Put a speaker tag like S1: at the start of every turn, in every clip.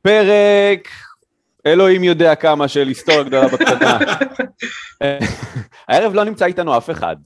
S1: פרק, אלוהים יודע כמה של היסטוריה גדולה בקטנה. הערב לא נמצא איתנו אף אחד.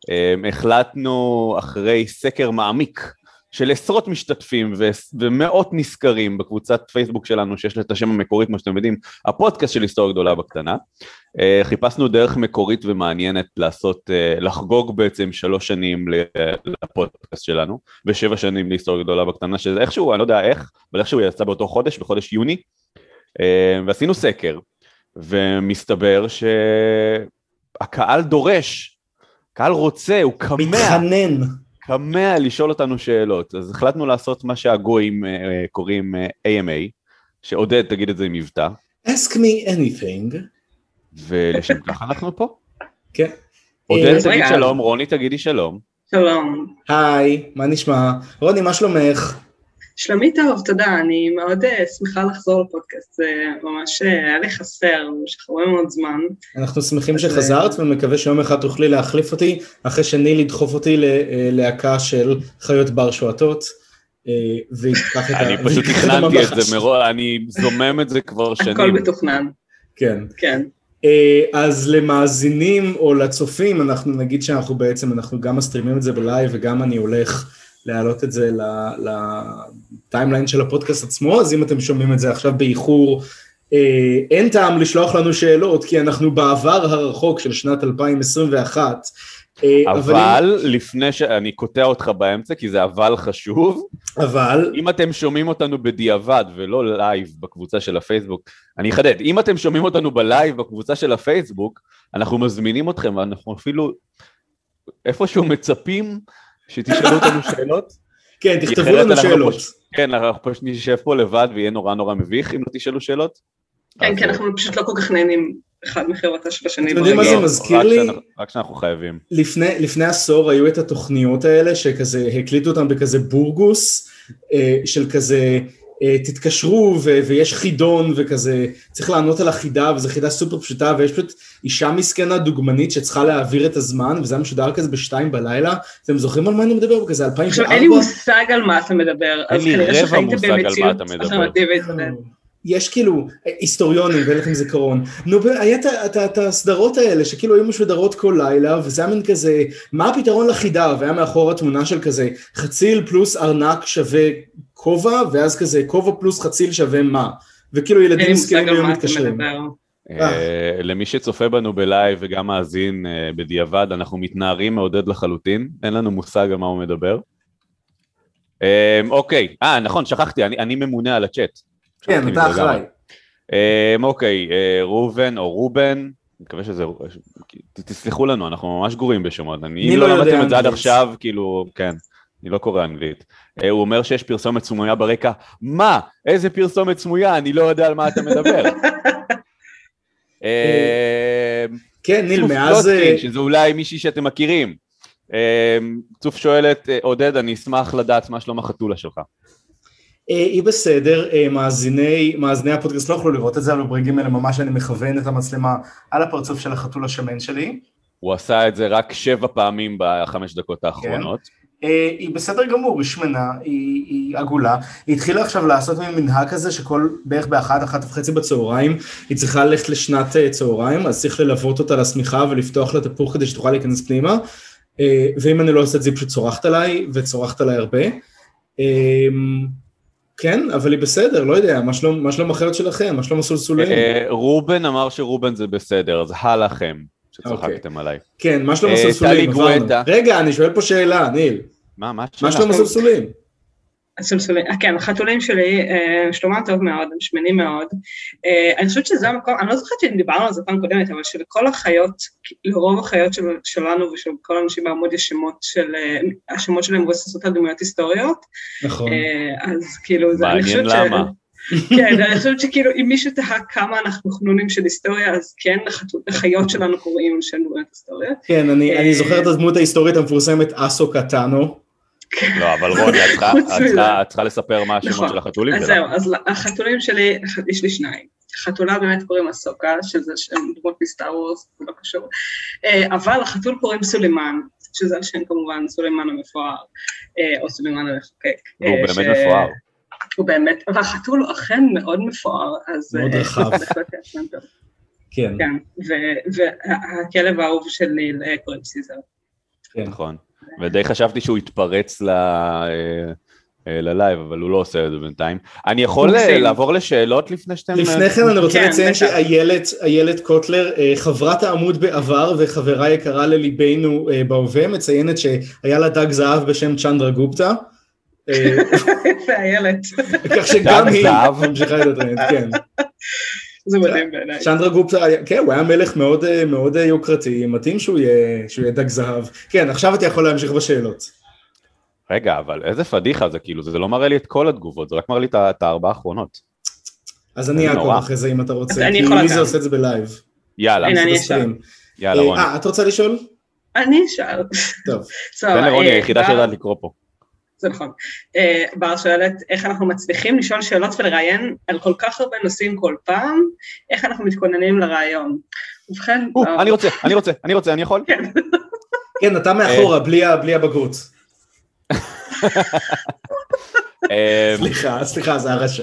S1: החלטנו אחרי סקר מעמיק של עשרות משתתפים ומאות נזכרים בקבוצת פייסבוק שלנו, שיש לה את השם המקורי, כמו שאתם יודעים, הפודקאסט של היסטוריה גדולה בקטנה. חיפשנו דרך מקורית ומעניינת לחגוג בעצם 3 שנים לפודקאסט שלנו, ו7 שנים להיסטוריה גדולה בקטנה, שזה איכשהו, אני לא יודע איך, אבל איכשהו יצא באותו חודש, בחודש יוני, ועשינו סקר, ומסתבר שהקהל דורש, הקהל רוצה, הוא כמה לשאול אותנו שאלות, אז החלטנו לעשות מה שהגויים קוראים AMA, שעודד תגיד את זה עם מבטא.
S2: Ask me anything.
S1: ולשם כך אנחנו פה.
S2: כן.
S1: עודד תגיד שלום, רוני תגידי שלום.
S3: שלום.
S2: היי, מה נשמע? רוני, מה שלומך?
S3: שלומי טוב, תודה, אני מאוד שמחה לחזור לפודקאסט, זה ממש היה לי חסר, במשך הרבה מאוד זמן. אנחנו
S2: שמחים שחזרת, ומקווה שיום אחד תוכלי להחליף אותי, אחרי שניל ידחוף אותי ללהקה של חיות בר שועטות, ויקח את ה...
S1: אני פשוט תכננתי את זה, אני זומם את זה כבר שנים.
S3: הכל מתוכנן.
S2: כן.
S3: כן.
S2: אז למאזינים או לצופים, אנחנו נגיד שאנחנו בעצם, אנחנו גם מסטרימים את זה בלייב, וגם אני הולך להעלות את זה לטיימליין של הפודקאסט עצמו, אז אם אתם שומעים את זה עכשיו באיחור, אין טעם לשלוח לנו שאלות, כי אנחנו בעבר הרחוק של שנת 2021.
S1: אבל לפני שאני קוטע אותך באמצע, כי זה אבל חשוב, אם אתם שומעים אותנו בדיעבד ולא לייב בקבוצה של הפייסבוק, אני אחדד, אם אתם שומעים אותנו בלייב בקבוצה של הפייסבוק, אנחנו מזמינים אתכם, ואנחנו אפילו איפשהו מצפים שתשאלו אותנו שאלות.
S2: כן, תכתבו לנו שאלות.
S1: כן, אנחנו פשוט נשב פה לבד ויהיה נורא נורא מביך אם לא תשאלו שאלות.
S3: כן, כי אנחנו פשוט לא כל כך נהנים אחד מחברתה של השני.
S2: אתם יודעים מה זה מזכיר לי?
S1: רק שאנחנו חייבים.
S2: לפני עשור היו את התוכניות האלה שכזה הקליטו אותם בכזה בורגוס, של כזה תתקשרו ויש חידון וכזה, צריך לענות על החידה, וזו חידה סופר פשוטה, ויש פשוט אישה מסכנה דוגמנית שצריכה להעביר את הזמן, וזה משודר כזה ב2 בלילה, אתם זוכרים על מה אני מדבר? בכזה 2004?
S3: עכשיו אין לי מושג על מה אתה מדבר,
S1: אין לי רבע מושג על מה אתה מדבר.
S2: יש כאילו היסטוריונים ואין לכם זיכרון, נו, היה את הסדרות האלה שכאילו היו משודרות כל לילה, וזה היה מין כזה, מה הפתרון לחידה, והיה מאחור התמונה של כזה, חציל פלוס ארנק שווה כובע, ואז כזה כובע פלוס חציל שווה מה, וכאילו ילדים מסכנים היו מתקשרים.
S1: למי שצופה בנו בלייב וגם מאזין בדיעבד, אנחנו מתנערים מעודד לחלוטין, אין לנו מושג על מה הוא מדבר. אוקיי, נכון, שכחתי, אני ממונה על הצ'אט.
S2: כן, אתה אחראי.
S1: אוקיי, רובן או רובן, אני מקווה שזה, תסלחו לנו, אנחנו ממש גרועים בשמות, אני לא למדתם את זה עד עכשיו, כאילו, כן, אני לא קורא אנגלית. הוא אומר שיש פרסומת סמויה ברקע, מה? איזה פרסומת סמויה? אני לא יודע על מה אתה מדבר.
S2: כן, ניל, מאז...
S1: שזה אולי מישהי שאתם מכירים. צוף שואלת, עודד, אני אשמח לדעת מה שלום החתולה שלך.
S2: היא בסדר, מאזיני הפודקאסט לא יכולו לראות את זה, אבל ברגעים האלה ממש אני מכוון את המצלמה על הפרצוף של החתול השמן שלי.
S1: הוא עשה את זה רק 7 פעמים ב5 דקות האחרונות.
S2: היא בסדר גמור, היא שמנה, היא עגולה, היא התחילה עכשיו לעשות מנהג כזה שכל בערך ב1:30 בצהריים, היא צריכה ללכת לשנת צהריים, אז צריך ללוות אותה לסמיכה ולפתוח לה תפוח כדי שתוכל להיכנס פנימה, ואם אני לא עושה את זה, היא פשוט צורחת עליי, וצורחת עליי הרבה. כן, אבל היא בסדר, לא יודע, מה שלום החיות שלכם, מה שלום הסולסולים?
S1: רובן אמר שרובן זה בסדר, אז לכם שצוחקתם עליי.
S2: כן, מה שלום הסולסולים? רגע, אני שואל פה שאלה, ניל.
S1: מה
S2: שלום הסולסולים?
S3: הסולסולים, כן, החתולים שלי, שלומם טוב מאוד, הם שמנים מאוד. אני חושבת שזה המקום, אני לא זוכרת שדיברנו על זה פעם קודמת, אבל שלכל החיות, לרוב החיות שלנו ושל כל האנשים בעמוד יש שמות של, השמות שלהם מבוססות על דמויות היסטוריות.
S2: נכון.
S3: אז כאילו,
S1: מעניין למה.
S3: כן, אני חושבת שכאילו, אם מישהו תהה כמה אנחנו חנונים של היסטוריה, אז כן, החיות שלנו קוראים של דמויות היסטוריות.
S2: כן, אני זוכר את הדמות ההיסטורית המפורסמת, אסו קטנו.
S1: לא, אבל רוני, את צריכה לספר מה השמות של החתולים.
S3: אז זהו, אז החתולים שלי, יש לי 2. חתולה באמת קוראים אסוקה, שזה דמות מסטאר וורס, זה לא קשור. אבל החתול קוראים סולימן, שזה השם כמובן, סולימן המפואר, או סולימן המחוקק.
S1: הוא באמת מפואר.
S3: הוא באמת, והחתול הוא אכן מאוד מפואר, אז...
S2: מאוד רחב. כן.
S3: והכלב האהוב של ניל קוראים סיזר.
S1: נכון, ודי חשבתי שהוא יתפרץ ללייב, אבל הוא לא עושה את זה בינתיים. אני יכול לעבור לשאלות לפני שאתם...
S2: לפני כן אני רוצה לציין שאיילת קוטלר, חברת העמוד בעבר וחברה יקרה לליבנו בהווה, מציינת שהיה לה דג זהב בשם צ'נדרה גופטה.
S3: ואיילת.
S2: כך שגם היא ממשיכה את הטרנד, כן.
S3: זה מדהים בעיניי.
S2: צ'נדרה גופטה, כן, הוא היה מלך מאוד יוקרתי, מתאים שהוא יהיה דג זהב. כן, עכשיו אתה יכול להמשיך בשאלות.
S1: רגע, אבל איזה פדיחה זה, כאילו, זה לא מראה לי את כל התגובות, זה רק מראה לי את הארבע האחרונות.
S2: אז אני אעקוב אחרי זה אם אתה רוצה,
S3: כי
S2: מי זה עושה את זה בלייב.
S1: יאללה.
S3: הנה, אני אשאל.
S1: יאללה, רוני.
S2: את רוצה לשאול?
S3: אני אשאל.
S2: טוב.
S1: תן לרוני, היחידה שיודעת לקרוא פה.
S3: זה נכון. בר שואלת, איך אנחנו מצליחים לשאול שאלות ולראיין על כל כך הרבה נושאים כל פעם, איך אנחנו מתכוננים לרעיון. ובכן...
S1: אני רוצה, אני יכול?
S2: כן, אתה מאחורה, בלי הבגרות. סליחה, זה הרשע.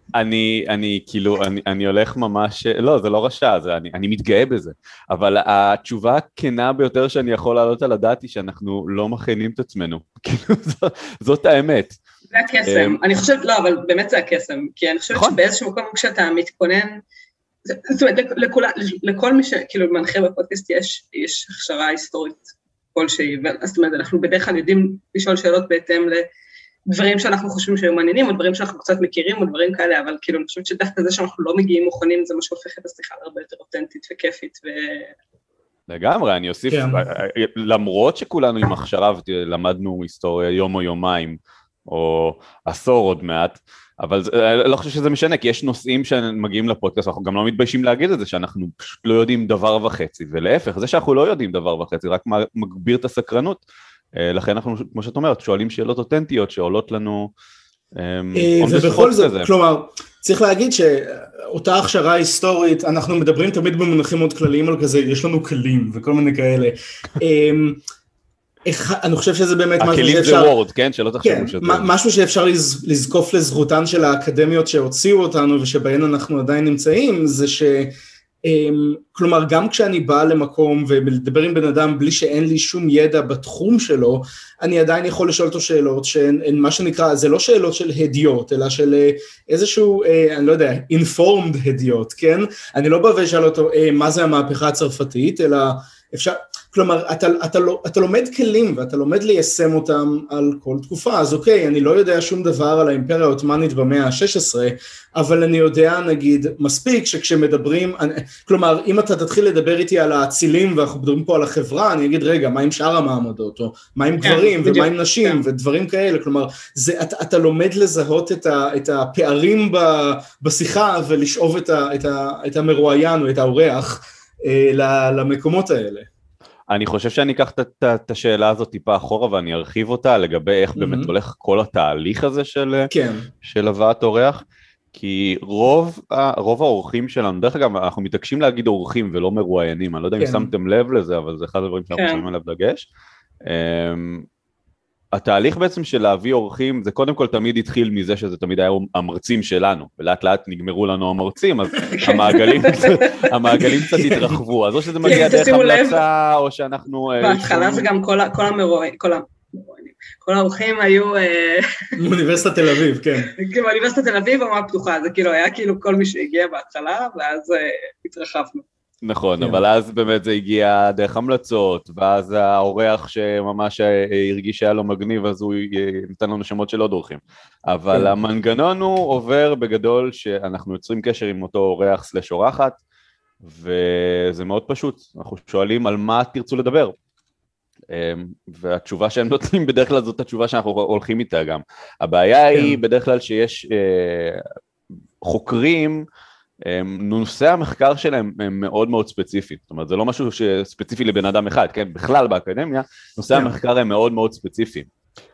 S1: אני הולך ממש, לא, זה לא רשע, אני מתגאה בזה, אבל התשובה הכנה ביותר שאני יכול לעלות על הדעת היא שאנחנו לא מכינים את עצמנו, כאילו זאת האמת.
S3: זה הקסם, אני חושבת, לא, אבל באמת זה הקסם, כי אני חושבת שבאיזשהו מקום כשאתה מתכונן, זאת אומרת, לכל מי שכאילו מנחה בפודקאסט יש הכשרה היסטורית כלשהי, זאת אומרת, אנחנו בדרך כלל יודעים לשאול שאלות בהתאם לדברים שאנחנו חושבים שהיו מעניינים, או דברים שאנחנו קצת מכירים, או דברים כאלה, אבל כאילו אני חושבת שדווקא זה שאנחנו לא מגיעים מוכנים, זה מה שהופך את השיחה הרבה יותר אותנטית וכיפית.
S1: לגמרי, אני אוסיף, למרות שכולנו עם הכשרה ולמדנו היסטוריה יום או יומיים, או עשור עוד מעט, אבל לא חושב שזה משנה, כי יש נושאים שמגיעים לפודקאסט, אנחנו גם לא מתביישים להגיד את זה, שאנחנו פשוט לא יודעים דבר וחצי, ולהפך, זה שאנחנו לא יודעים דבר וחצי, רק מגביר את הסקרנות, לכן אנחנו, כמו שאת אומרת, שואלים שאלות אותנטיות שעולות לנו,
S2: ובכל זאת, כלומר, צריך להגיד שאותה הכשרה היסטורית, אנחנו מדברים תמיד במונחים מאוד כלליים על כזה, יש לנו כלים וכל מיני כאלה, אני חושב שזה באמת משהו שאפשר... הכלים
S1: זה וורד, כן? שלא תחשבו שזה...
S2: משהו שאפשר לזקוף לזכותן של האקדמיות שהוציאו אותנו ושבהן אנחנו עדיין נמצאים, זה ש... כלומר, גם כשאני בא למקום ומדבר עם בן אדם בלי שאין לי שום ידע בתחום שלו, אני עדיין יכול לשאול אותו שאלות שהן מה שנקרא, זה לא שאלות של הדיוט, אלא של איזשהו, אני לא יודע, informed הדיוט, כן? אני לא בא ושאל אותו מה זה המהפכה הצרפתית, אלא אפשר... כלומר, אתה לומד כלים ואתה לומד ליישם אותם על כל תקופה, אז אוקיי, אני לא יודע שום דבר על האימפריה העות'מאנית במאה ה-16, אבל אני יודע, נגיד, מספיק שכשמדברים, כלומר, אם אתה תתחיל לדבר איתי על האצילים ואנחנו מדברים פה על החברה, אני אגיד, רגע, מה עם שאר המעמדות, או מה עם גברים ומה עם נשים ודברים כאלה, כלומר, אתה לומד לזהות את הפערים בשיחה ולשאוב את המרואיין או את האורח למקומות האלה.
S1: אני חושב שאני אקח את השאלה הזאת טיפה אחורה ואני ארחיב אותה לגבי איך באמת הולך כל התהליך הזה של הבאת אורח, כי רוב האורחים שלנו, דרך אגב אנחנו מתעקשים להגיד אורחים ולא מרואיינים, אני לא יודע אם שמתם לב לזה, אבל זה אחד הדברים שאנחנו שמים עליו דגש. התהליך בעצם של להביא אורחים, זה קודם כל תמיד התחיל מזה שזה תמיד היה המרצים שלנו, ולאט לאט נגמרו לנו המרצים, אז המעגלים קצת התרחבו, אז או שזה מגיע דרך המלצה, או שאנחנו...
S3: בהתחלה זה גם כל המרואיינים, כל האורחים היו...
S2: מאוניברסיטת תל אביב, כן.
S3: מאוניברסיטת תל אביב או מהפתוחה, זה כאילו היה כאילו כל מי שהגיע בהתחלה, ואז התרחבנו.
S1: נכון, אבל אז באמת זה הגיע דרך המלצות, ואז האורח שממש הרגיש שהיה לו מגניב, אז הוא נתן לנו שמות של עוד אורחים. אבל המנגנון הוא עובר בגדול שאנחנו יוצרים קשר עם אותו אורח סלש אורחת, וזה מאוד פשוט, אנחנו שואלים על מה תרצו לדבר. והתשובה שהם נותנים בדרך כלל זאת התשובה שאנחנו הולכים איתה גם. הבעיה היא בדרך כלל שיש חוקרים, נושא המחקר שלהם הם מאוד מאוד ספציפיים, זאת אומרת זה לא משהו שספציפי לבן אדם אחד, כן, בכלל באקדמיה, נושא המחקר הם מאוד מאוד ספציפיים,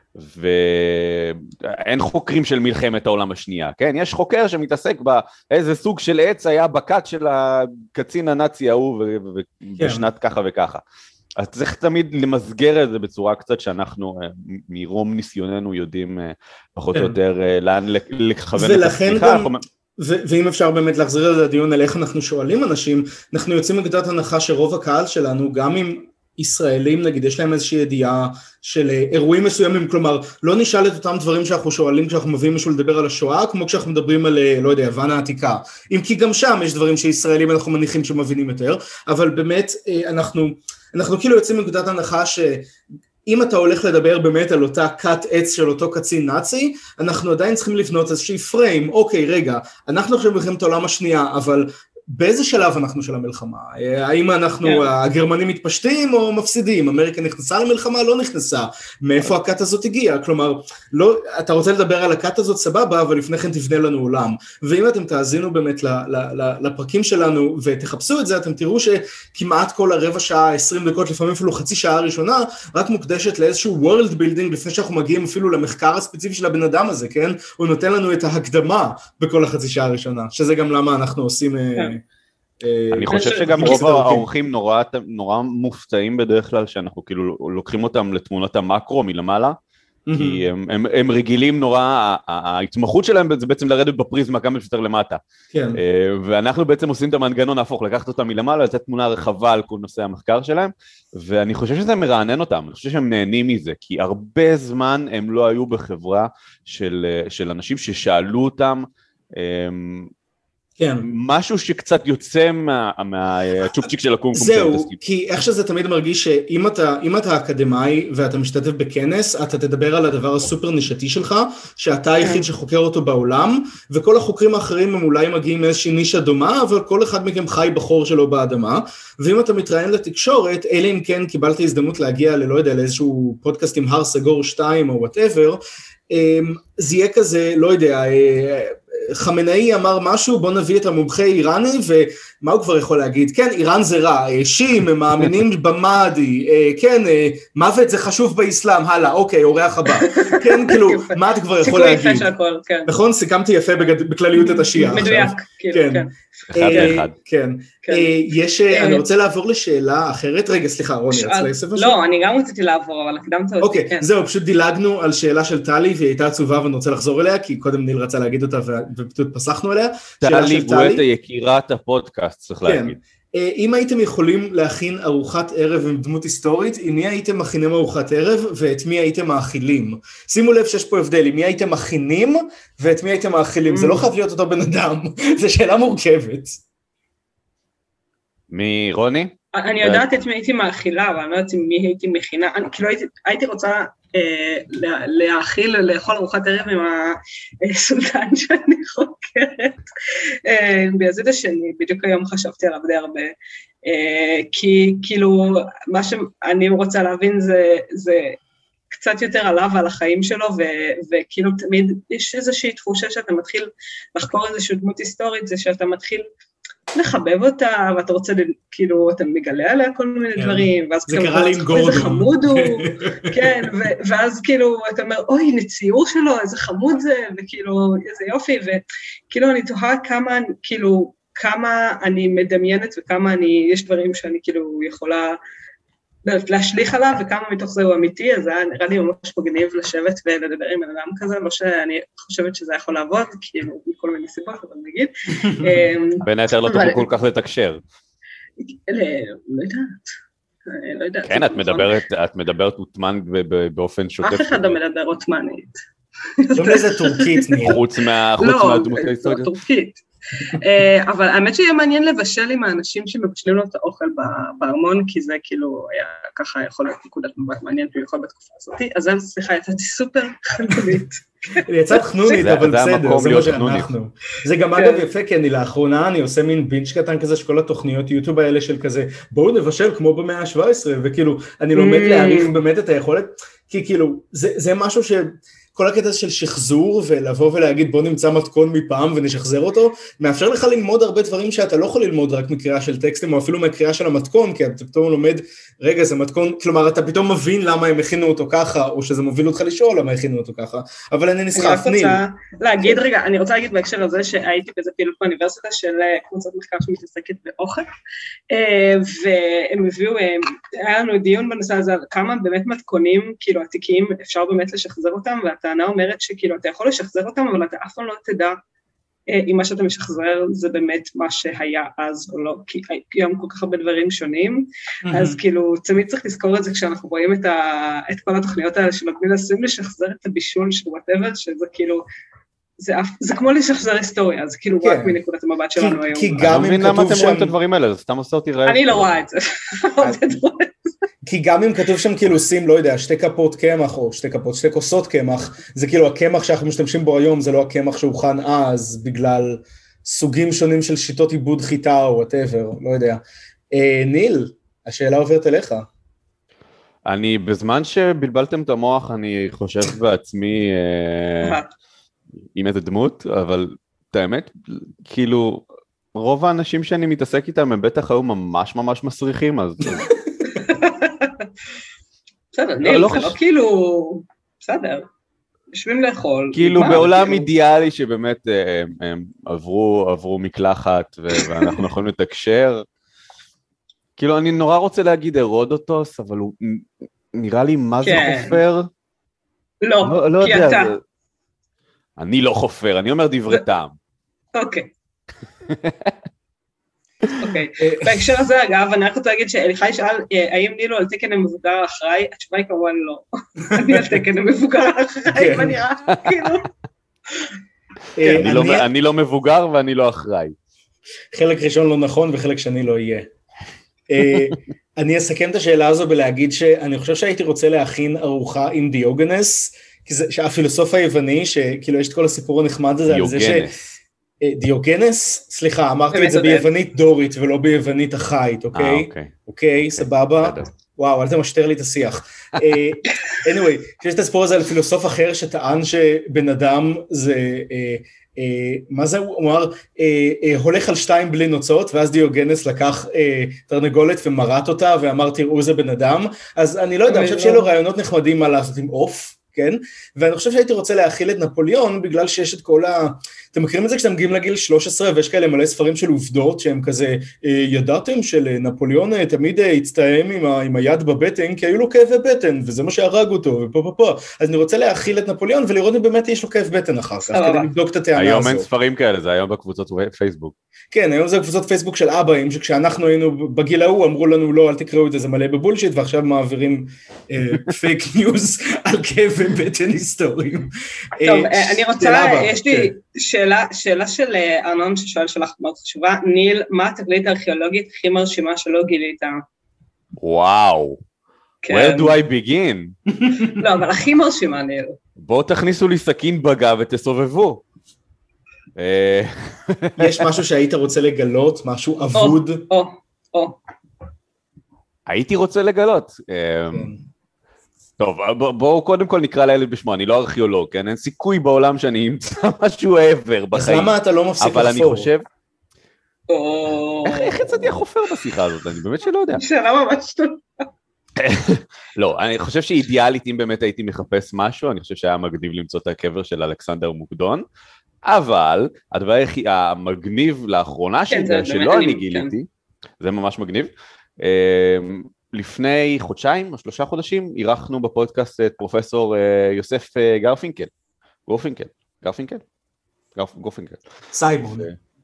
S1: ואין חוקרים של מלחמת העולם השנייה, כן, יש חוקר שמתעסק באיזה סוג של עץ היה בכת של הקצין הנאצי ההוא בשנת ככה וככה, אז צריך תמיד למסגר את זה בצורה קצת שאנחנו מרום ניסיוננו יודעים פחות או יותר לאן לכוון את השיחה.
S2: ואם אפשר באמת להחזיר את הדיון על איך אנחנו שואלים אנשים, אנחנו יוצאים מנקודת הנחה שרוב הקהל שלנו, גם אם ישראלים נגיד, יש להם איזושהי ידיעה של אירועים מסוימים, כלומר, לא נשאל את אותם דברים שאנחנו שואלים כשאנחנו מביאים משהו לדבר על השואה, כמו כשאנחנו מדברים על, לא יודע, יוון העתיקה, אם כי גם שם יש דברים שישראלים אנחנו מניחים שמבינים יותר, אבל באמת אנחנו כאילו יוצאים מנקודת הנחה אם אתה הולך לדבר באמת על אותה קט עץ של אותו קצין נאצי, אנחנו עדיין צריכים לבנות איזושהי פריים, אוקיי, רגע, אנחנו עכשיו מלחמת העולם השנייה, אבל באיזה שלב אנחנו של המלחמה? האם אנחנו, הגרמנים מתפשטים או מפסידים? אמריקה נכנסה למלחמה, לא נכנסה. מאיפה הקט הזאת הגיעה? כלומר, לא, אתה רוצה לדבר על הקט הזאת סבבה, אבל לפני כן תבנה לנו עולם. ואם אתם תאזינו באמת לפרקים שלנו ותחפשו את זה, אתם תראו שכמעט כל הרבע שעה, 20 דקות, לפעמים אפילו חצי שעה הראשונה, רק מוקדשת לאיזשהו world building, לפני שאנחנו מגיעים אפילו למחקר הספציפי של הבן אדם הזה, כן? הוא נותן לנו את ההקדמה בכל החצי שעה הראשונה, שזה גם למה אנחנו עושים
S1: אני חושב שגם רוב האורחים נורא מופתעים בדרך כלל, שאנחנו כאילו לוקחים אותם לתמונת המקרו מלמעלה, כי הם רגילים נורא, ההתמחות שלהם זה בעצם לרדת בפריזמה כמה שיותר למטה, ואנחנו בעצם עושים את המנגנון ההפוך, לקחת אותם מלמעלה, לתת תמונה רחבה על כל נושא המחקר שלהם, ואני חושב שזה מרענן אותם, אני חושב שהם נהנים מזה, כי הרבה זמן הם לא היו בחברה של אנשים ששאלו אותם,
S2: כן.
S1: משהו שקצת יוצא מהצ'ופצ'יק של הקומקום.
S2: זהו, כי איך שזה תמיד מרגיש שאם אתה אקדמאי ואתה משתתף בכנס, אתה תדבר על הדבר הסופר נישתי שלך, שאתה היחיד שחוקר אותו בעולם, וכל החוקרים האחרים הם אולי מגיעים מאיזושהי נישה דומה, אבל כל אחד מכם חי בחור שלו באדמה, ואם אתה מתראיין לתקשורת, אלא אם כן קיבלת הזדמנות להגיע לא יודע, לאיזשהו פודקאסט עם הר סגור 2 או whatever, זה יהיה כזה, לא יודע, חמנאי אמר משהו, בוא נביא את המומחה איראני, ומה הוא כבר יכול להגיד? כן, איראן זה רע, שיעים, הם מאמינים במאדי, כן, מוות זה חשוב באסלאם, הלאה, אוקיי, אורח הבא. כן, כאילו, מה אתה כבר יכול להגיד? נכון, סיכמתי יפה בכלליות את השיעה.
S3: מדויק, כאילו, כן.
S1: אחד לאחד.
S2: כן. אני רוצה לעבור לשאלה אחרת, רגע, סליחה, רוני, רצה להסף משהו?
S3: לא, אני גם רציתי לעבור, אבל הקדמת אותי.
S2: אוקיי, זהו, פשוט דילגנו על שאלה של טלי, והיא הייתה עצובה ואני רוצה לחזור אליה, כי קודם ניל רצה להגיד אותה ופשוט פסחנו אליה.
S1: טלי גואטה יקירת הפודקאסט, צריך להגיד.
S2: אם הייתם יכולים להכין ארוחת ערב עם דמות היסטורית, עם מי הייתם מכינים ארוחת ערב ואת מי הייתם מאכילים? שימו לב שיש פה הבדל, עם מי הייתם מכינים ואת מי הייתם מאכילים, זה לא חייב להיות אותו בן אדם, זו שאלה מורכבת.
S1: מי, רוני?
S3: אני יודעת את מי הייתי מאכילה, אבל אני לא יודעת עם מי הייתי מכינה, כאילו הייתי רוצה לאכול ארוחת ערב עם הסולטן שאני חוקרת, ביזיד השני, בדיוק היום חשבתי עליו די הרבה, כי כאילו מה שאני רוצה להבין זה קצת יותר עליו ועל החיים שלו, וכאילו תמיד יש איזושהי תחושה שאתה מתחיל לחקור איזושהי דמות היסטורית, זה שאתה מתחיל לחבב אותה, ואתה רוצה, כאילו, אתה מגלה עליה כל מיני דברים, ואז
S2: זה קרה לי עם גורדון.
S3: איזה חמוד הוא, כן, ואז כאילו, אתה אומר, אוי, נציור שלו, איזה חמוד זה, וכאילו, איזה יופי, וכאילו, אני תוהה כמה, כאילו, כמה אני מדמיינת, וכמה יש דברים שאני כאילו יכולה להשליך עליו, וכמה מתוך זה הוא אמיתי, אז היה נראה לי ממש מגניב לשבת ולדבר עם אדם כזה, לא שאני חושבת שזה יכול לעבוד, כאילו, מכל מיני סיבות, אבל נגיד.
S1: בין היתר לא תוכל כל כך לתקשר.
S3: לא יודעת.
S1: כן, את מדברת עותמן באופן שוטף.
S3: אף אחד לא מדבר עותמנית.
S2: לא איזה טורקית.
S1: חוץ מהדמות ההיסטורית.
S3: לא, טורקית. אבל האמת שיהיה מעניין לבשל עם האנשים שמבשלים לו את האוכל בארמון, כי זה כאילו היה ככה יכול להיות נקודת מבט מעניין במיוחד בתקופה הזאת, אז סליחה, יצאתי סופר חנונית.
S2: יצאת חנונית, אבל בסדר, זה מה שאנחנו. זה גם אגב יפה, כי אני לאחרונה, אני עושה מין בינץ' קטן כזה, שכל התוכניות יוטיוב האלה של כזה, בואו נבשל כמו במאה ה-17, וכאילו, אני לומד להעריך באמת את היכולת, כי כאילו, זה משהו ש... כל הקטע של שחזור, ולבוא ולהגיד בוא נמצא מתכון מפעם ונשחזר אותו, מאפשר לך ללמוד הרבה דברים שאתה לא יכול ללמוד רק מקריאה של טקסטים, או אפילו מקריאה של המתכון, כי אתה פתאום לומד, רגע, זה מתכון, כלומר, אתה פתאום מבין למה הם הכינו אותו ככה, או שזה מוביל אותך לשאול למה הכינו אותו ככה, אבל אני נסחף, ניל.
S3: אני רוצה להגיד בהקשר הזה שהייתי באיזה פעילות באוניברסיטה של קבוצת מחקר שמתעסקת באוכל, והם הביאו, היה לנו דיון בנושא הזה על כמה באמת מתכונים, כאילו עתיקים, אפשר באמת לשחזר אותם, והטענה אומרת שכאילו אתה יכול לשחזר אותם, אבל אתה אף פעם לא תדע אם מה שאתה משחזר זה באמת מה שהיה אז או לא, כי היום כל כך הרבה דברים שונים, אז כאילו תמיד צריך לזכור את זה כשאנחנו רואים את כל התוכניות האלה שמנסים לשחזר את הבישול של whatever, שזה כאילו, זה כמו לשחזר היסטוריה, זה כאילו רק מנקודת המבט שלנו היום.
S2: כי גם אם
S1: למה אתם רואים את הדברים האלה, זה סתם עושה אותי רעב.
S3: אני לא רואה את זה.
S2: כי גם אם כתוב שם כאילו שים, לא יודע, 2 כפות קמח, או 2 כוסות קמח, זה כאילו הקמח שאנחנו משתמשים בו היום, זה לא הקמח שהוכן אז, בגלל סוגים שונים של שיטות עיבוד חיטה או whatever, לא יודע. ניל, השאלה עוברת אליך.
S1: אני, בזמן שבלבלתם את המוח, אני חושב בעצמי עם איזה דמות, אבל את האמת, כאילו, רוב האנשים שאני מתעסק איתם, הם בטח היו ממש ממש מסריחים, אז...
S3: בסדר, ניל, זה לא כאילו... בסדר, יושבים לאכול.
S1: כאילו בעולם אידיאלי שבאמת הם עברו מקלחת, ואנחנו יכולים לתקשר. כאילו, אני נורא רוצה להגיד הרודוטוס, אבל הוא נראה לי מה זה חופר?
S3: לא, כי אתה.
S1: אני לא חופר, אני אומר דברי טעם.
S3: אוקיי. אוקיי, בהקשר הזה אגב, אני רק רוצה להגיד שאליחי שאל, האם נילו על תקן המבוגר האחראי? התשובה היא כמובן לא. אני על תקן המבוגר האחראי, מה נראה?
S1: אני לא מבוגר ואני לא אחראי.
S2: חלק ראשון לא נכון וחלק שני לא יהיה. אני אסכם את השאלה הזו בלהגיד שאני חושב שהייתי רוצה להכין ארוחה עם דיוגנס, שהפילוסוף היווני, שכאילו יש את כל הסיפור הנחמד הזה, דיוגנס, סליחה, אמרתי את זה ביוונית דורית ולא ביוונית אחאית, אוקיי? אוקיי, סבבה? וואו, אל תמשטר לי את השיח. anyway, שיש את הסיפור הזה על פילוסוף אחר שטען שבן אדם זה, מה זה הוא אמר? הולך על 2 בלי נוצות, ואז דיוגנס לקח תרנגולת ומרט אותה, ואמר תראו זה בן אדם, אז אני לא יודע, אני חושב שיהיה לו רעיונות נחמדים מה לעשות עם עוף, כן? ואני חושב שהייתי רוצה להכיל את נפוליאון, בגלל שיש את כל אתם מכירים את זה כשאתם מגיעים לגיל 13, ויש כאלה מלא ספרים של עובדות, שהם כזה, ידעתם של נפוליאון תמיד הצטעם עם היד בבטן, כי היו לו כאבי בטן, וזה מה שהרג אותו, ופה. אז אני רוצה להכיל את נפוליאון, ולראות אם באמת יש לו כאב בטן אחר כך, כדי לבדוק את הטענה הזאת.
S1: היום אין ספרים כאלה, זה היום בקבוצות פייסבוק.
S2: כן, היום זה קבוצות פייסבוק של אבאים, שכשאנחנו היינו בגיל ההוא, אמרו לנו לא, אל תקראו את זה, זה מלא בבולשיט, ועכשיו מעבירים פייק ניוז על כאבי בטן היסטוריים.
S3: טוב, אני רוצה, יש לי שאלה של ארנון ששואל שלך מאוד חשובה, ניל, מה התגלית הארכיאולוגית הכי מרשימה שלא גילית?
S1: וואו, where do I begin?
S3: לא, אבל הכי מרשימה, ניל.
S1: בואו תכניסו לי סכין בגב ותסובבו.
S2: יש משהו שהיית רוצה לגלות, משהו אבוד?
S1: הייתי רוצה לגלות. טוב, בואו קודם כל נקרא לילד בשמו, אני לא ארכיאולוג, כן? אין סיכוי בעולם שאני אמצא משהו עבר בחיים.
S2: אז למה אתה לא מפסיק לחפור?
S1: אבל אני חושב... איך יצאתי החופר בשיחה הזאת? אני באמת שלא יודע.
S3: שאלה ממש טובה.
S1: לא, אני חושב שאידיאלית אם באמת הייתי מחפש משהו, אני חושב שהיה מגניב למצוא את הקבר של אלכסנדר מוקדון, אבל הדבר המגניב לאחרונה שלא אני גיליתי, זה ממש מגניב, לפני חודשיים או 3 חודשים, אירחנו בפודקאסט את פרופסור יוסף גורפינקל.
S2: סיימון.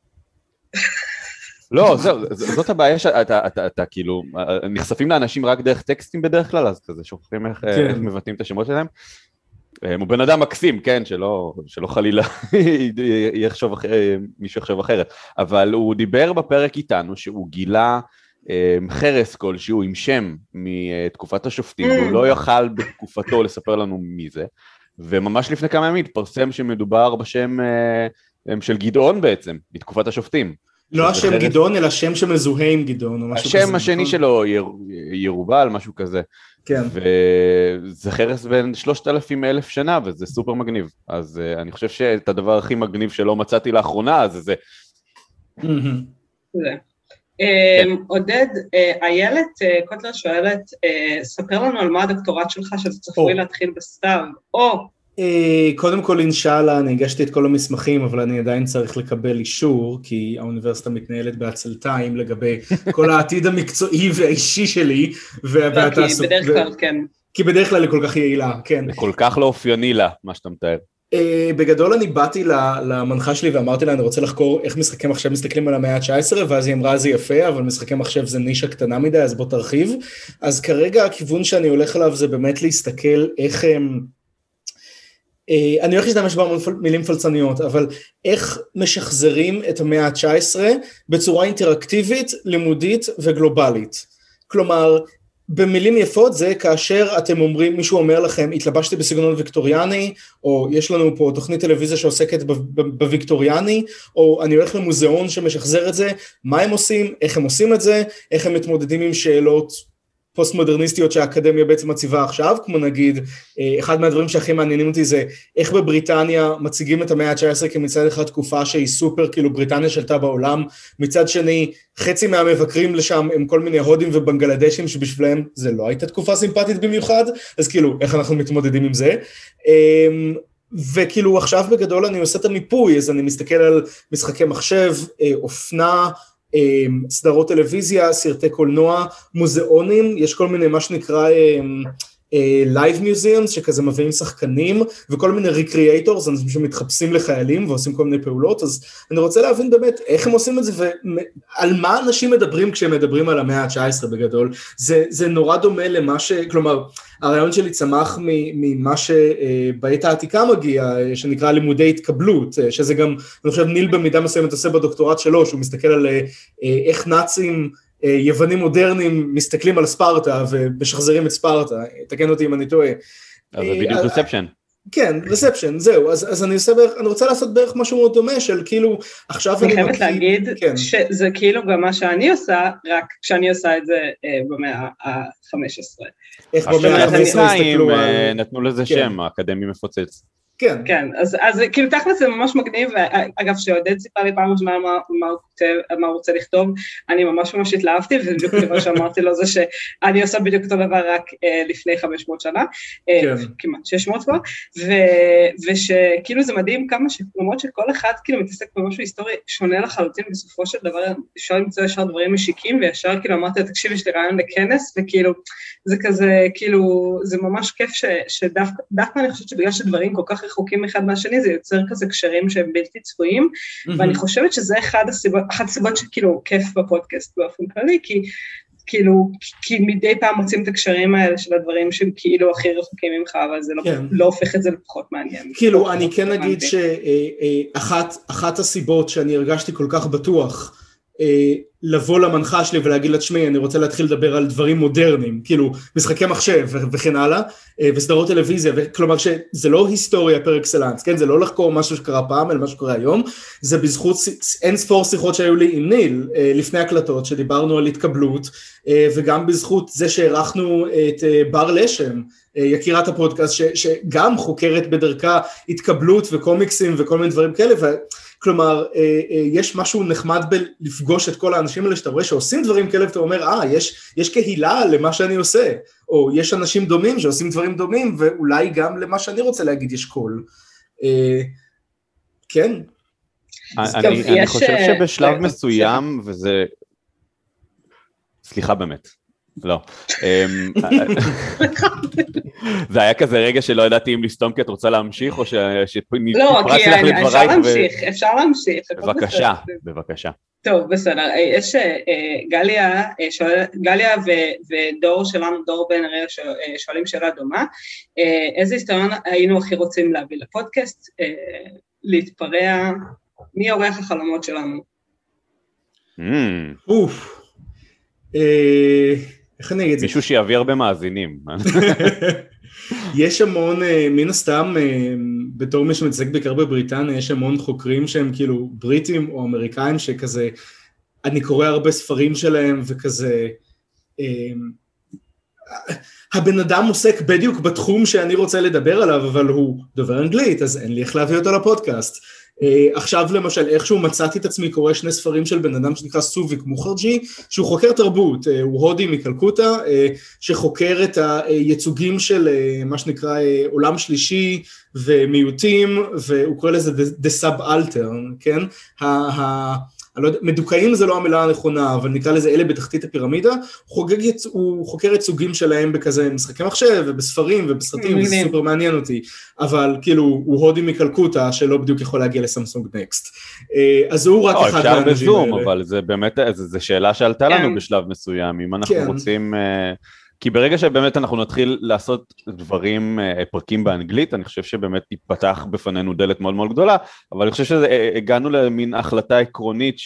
S1: לא, זאת הבעיה שאתה כאילו, נחשפים לאנשים רק דרך טקסטים בדרך כלל, אז כזה שוכחים איך מבטאים את השמות שלהם. הוא בן אדם מקסים, כן, שלא חלילה מישהו יחשוב אחרת, אבל הוא דיבר בפרק איתנו שהוא גילה חרס כלשהו עם שם מתקופת השופטים, והוא לא יוכל בתקופתו לספר לנו מי זה, וממש לפני כמה ימים התפרסם שמדובר בשם של גדעון בעצם, מתקופת השופטים.
S2: לא השם גדעון, אלא שם שמזוהה עם גדעון, או משהו כזה.
S1: השם השני שלו ירובל, משהו כזה.
S2: כן.
S1: וזה חרס בין 3,000 שנה, וזה סופר מגניב. אז אני חושב שאת הדבר הכי מגניב שלא מצאתי לאחרונה, זה זה.
S3: עודד, איילת קוטלר שואלת, ספר לנו על מה הדוקטורט שלך, שזה צפוי להתחיל בסתיו, או...
S2: קודם כל אינשאללה, אני הגשתי את כל המסמכים, אבל אני עדיין צריך לקבל אישור, כי האוניברסיטה מתנהלת בעצלתיים לגבי כל העתיד המקצועי והאישי שלי,
S3: כי בדרך כלל כן.
S2: כי בדרך כלל היא כל כך יעילה, כן.
S1: זה כל כך לא אופייני לה, מה שאתה מתאר.
S2: בגדול אני באתי למנחה שלי ואמרתי לה, אני רוצה לחקור איך משחקי מחשב מסתכלים על המאה ה-19, ואז היא אמרה, זה יפה, אבל משחקי מחשב זה נישה קטנה מדי, אז בוא תרחיב. אז כרגע הכיוון שאני הולך אליו זה באמת להסתכל איך אני הולך להשתמש במילים פלצניות, אבל איך משחזרים את המאה ה-19 בצורה אינטראקטיבית, לימודית וגלובלית. כלומר, במילים יפות זה כאשר אתם אומרים, מישהו אומר לכם, התלבשתי בסגנון ויקטוריאני, או יש לנו פה תוכנית טלוויזיה שעוסקת בוויקטוריאני, או אני הולך למוזיאון שמשחזר את זה, מה הם עושים, איך הם עושים את זה, איך הם מתמודדים עם שאלות פוסט-מודרניסטיות שהאקדמיה בעצם מציבה עכשיו, כמו נגיד, אחד מהדברים שהכי מעניינים אותי זה, איך בבריטניה מציגים את המאה ה-19 כמצד אחד תקופה שהיא סופר, כאילו בריטניה שלטה בעולם, מצד שני, חצי מהמבקרים לשם הם כל מיני הודים ובנגלדשים, שבשבילם זה לא הייתה תקופה סימפטית במיוחד, אז כאילו, איך אנחנו מתמודדים עם זה? וכאילו עכשיו בגדול אני עושה את המיפוי, אז אני מסתכל על משחקי מחשב, אופנה, סדרות טלוויזיה, סרטי קולנוע, מוזיאונים, יש כל מיני מה שנקרא Live Museums, שכזה מביאים שחקנים, וכל מיני recreators, אנשים שמתחפשים לחיילים ועושים כל מיני פעולות, אז אני רוצה להבין באמת איך הם עושים את זה, ועל מה אנשים מדברים כשהם מדברים על המאה ה-19 בגדול, זה נורא דומה למה כלומר, הרעיון שלי צמח ממה שבעת העתיקה מגיע, שנקרא לימודי התקבלות, שזה גם, אני חושב, ניל במידה מסוימת עושה בדוקטורט שלו, שהוא מסתכל על איך נאצים, יוונים מודרניים מסתכלים על ספרטה ומשחזרים את ספרטה, תקן אותי אם אני טועה.
S1: אז זה בדיוק רספשן.
S2: כן, רספשן, זהו, אז אני רוצה לעשות בערך משהו מאוד דומה של כאילו, עכשיו
S3: אני חייבת להגיד שזה כאילו גם מה שאני עושה, רק כשאני עושה את זה במאה ה-15.
S2: איך במאה ה-15 הסתכלו על...
S1: נתנו לזה שם, האקדמי מפוצץ.
S2: כן.
S3: כן, אז כאילו תכל'ס זה ממש מגניב, אגב שעודד סיפר לי פעם ראשונה מה הוא רוצה לכתוב, אני ממש התלהבתי, ובדיוק דבר שאמרתי לו זה שאני עושה בדיוק אותו דבר רק לפני 500 שנה, כמעט 600 כבר, ושכאילו זה מדהים כמה שלמרות שכל אחד כאילו מתעסק במשהו היסטורי שונה לחלוטין, בסופו של דבר אפשר למצוא ישר דברים משיקים, וישר כאילו אמרתי, תקשיב, יש לי רעיון לכנס, וכאילו זה כזה, כאילו, זה ממש כיף שדווקא אני חושבת שבגלל שדברים כל כך רחוקים אחד מהשני, זה יוצר כזה קשרים שהם בלתי צפויים, ואני חושבת שזה אחת הסיבות שכאילו כיף בפודקאסט באופן כללי, כי מדי פעם מוצאים את הקשרים האלה של הדברים שהם כאילו הכי רחוקים ממך, אבל זה לא הופך את זה לפחות מעניין.
S2: כאילו, אני כן אגיד שאחת הסיבות שאני הרגשתי כל כך בטוח, לבוא למנחה שלי ולהגיד לעצמי, אני רוצה להתחיל לדבר על דברים מודרניים, כאילו משחקי מחשב וכן הלאה, וסדרות טלוויזיה, כלומר שזה לא היסטוריה פר אקסלנס, כן? זה לא לחקור משהו שקרה פעם, אלא מה שקורה היום, זה בזכות אין ספור שיחות שהיו לי עם ניל, לפני הקלטות, שדיברנו על התקבלות, וגם בזכות זה שהערכנו את בר לשם, יקירת הפודקאסט, שגם חוקרת בדרכה התקבלות וקומיקסים וכל מיני דברים כאלה, כלומר, יש משהו נחמד בלפגוש את כל האנשים האלה, שאתה רואה שעושים דברים כאלה, ואתה אומר, יש קהילה למה שאני עושה, או יש אנשים דומים שעושים דברים דומים, ואולי גם למה שאני רוצה להגיד יש קול. כן.
S1: אני חושב שבשלב מסוים, וזה... סליחה באמת. לא. זה היה כזה רגע שלא ידעתי אם לסתום כי את רוצה להמשיך, או
S3: לא, כי אפשר להמשיך.
S1: בבקשה.
S3: טוב, בסדר. יש גליה ודור שלנו, דור בן אריה, שואלים שאלה דומה. איזה היסטוריון היינו הכי רוצים להביא לפודקאסט, להתפרע, מי עורך החלומות שלנו?
S2: איך אני אגיד את זה?
S1: מישהו שיעביר במאזינים.
S2: יש המון, מן הסתם, בתור מי שמתעסק בעיקר בבריטניה, יש המון חוקרים שהם כאילו בריטים או אמריקאים שכזה, אני קורא הרבה ספרים שלהם וכזה, הבן אדם עוסק בדיוק בתחום שאני רוצה לדבר עליו, אבל הוא דובר אנגלית, אז אין לי איך להביא אותו לפודקאסט. עכשיו למשל, איכשהו מצאתי את עצמי קורא שני ספרים של בן אדם שנקרא סוביק מוחרג'י, שהוא חוקר תרבות, הוא הודי מקלקוטה, שחוקר את הייצוגים של מה שנקרא עולם שלישי ומיעוטים, והוא קורא לזה the subaltern, כן? לא יודע, מדוכאים זה לא המילה הנכונה, אבל נקרא לזה אלה בתחתית הפירמידה, הוא חוקר ייצוגים שלהם בכזה משחקי מחשב ובספרים ובסרטים, וזה סופר מעניין אותי, אבל כאילו הוא הודי מקלקוטה שלא בדיוק יכול להגיע לסמסונג נקסט, אז הוא רק אחד
S1: מהאנשים האלה. אפשר בזום, אבל זה באמת, זו שאלה שעלתה לנו בשלב מסוים, אם אנחנו רוצים, כי ברגע שבאמת אנחנו נתחיל לעשות דברים, פרקים באנגלית, אני חושב שבאמת תיפתח בפנינו דלת מאוד מאוד גדולה, אבל אני חושב שהגענו למין החלטה עקרונית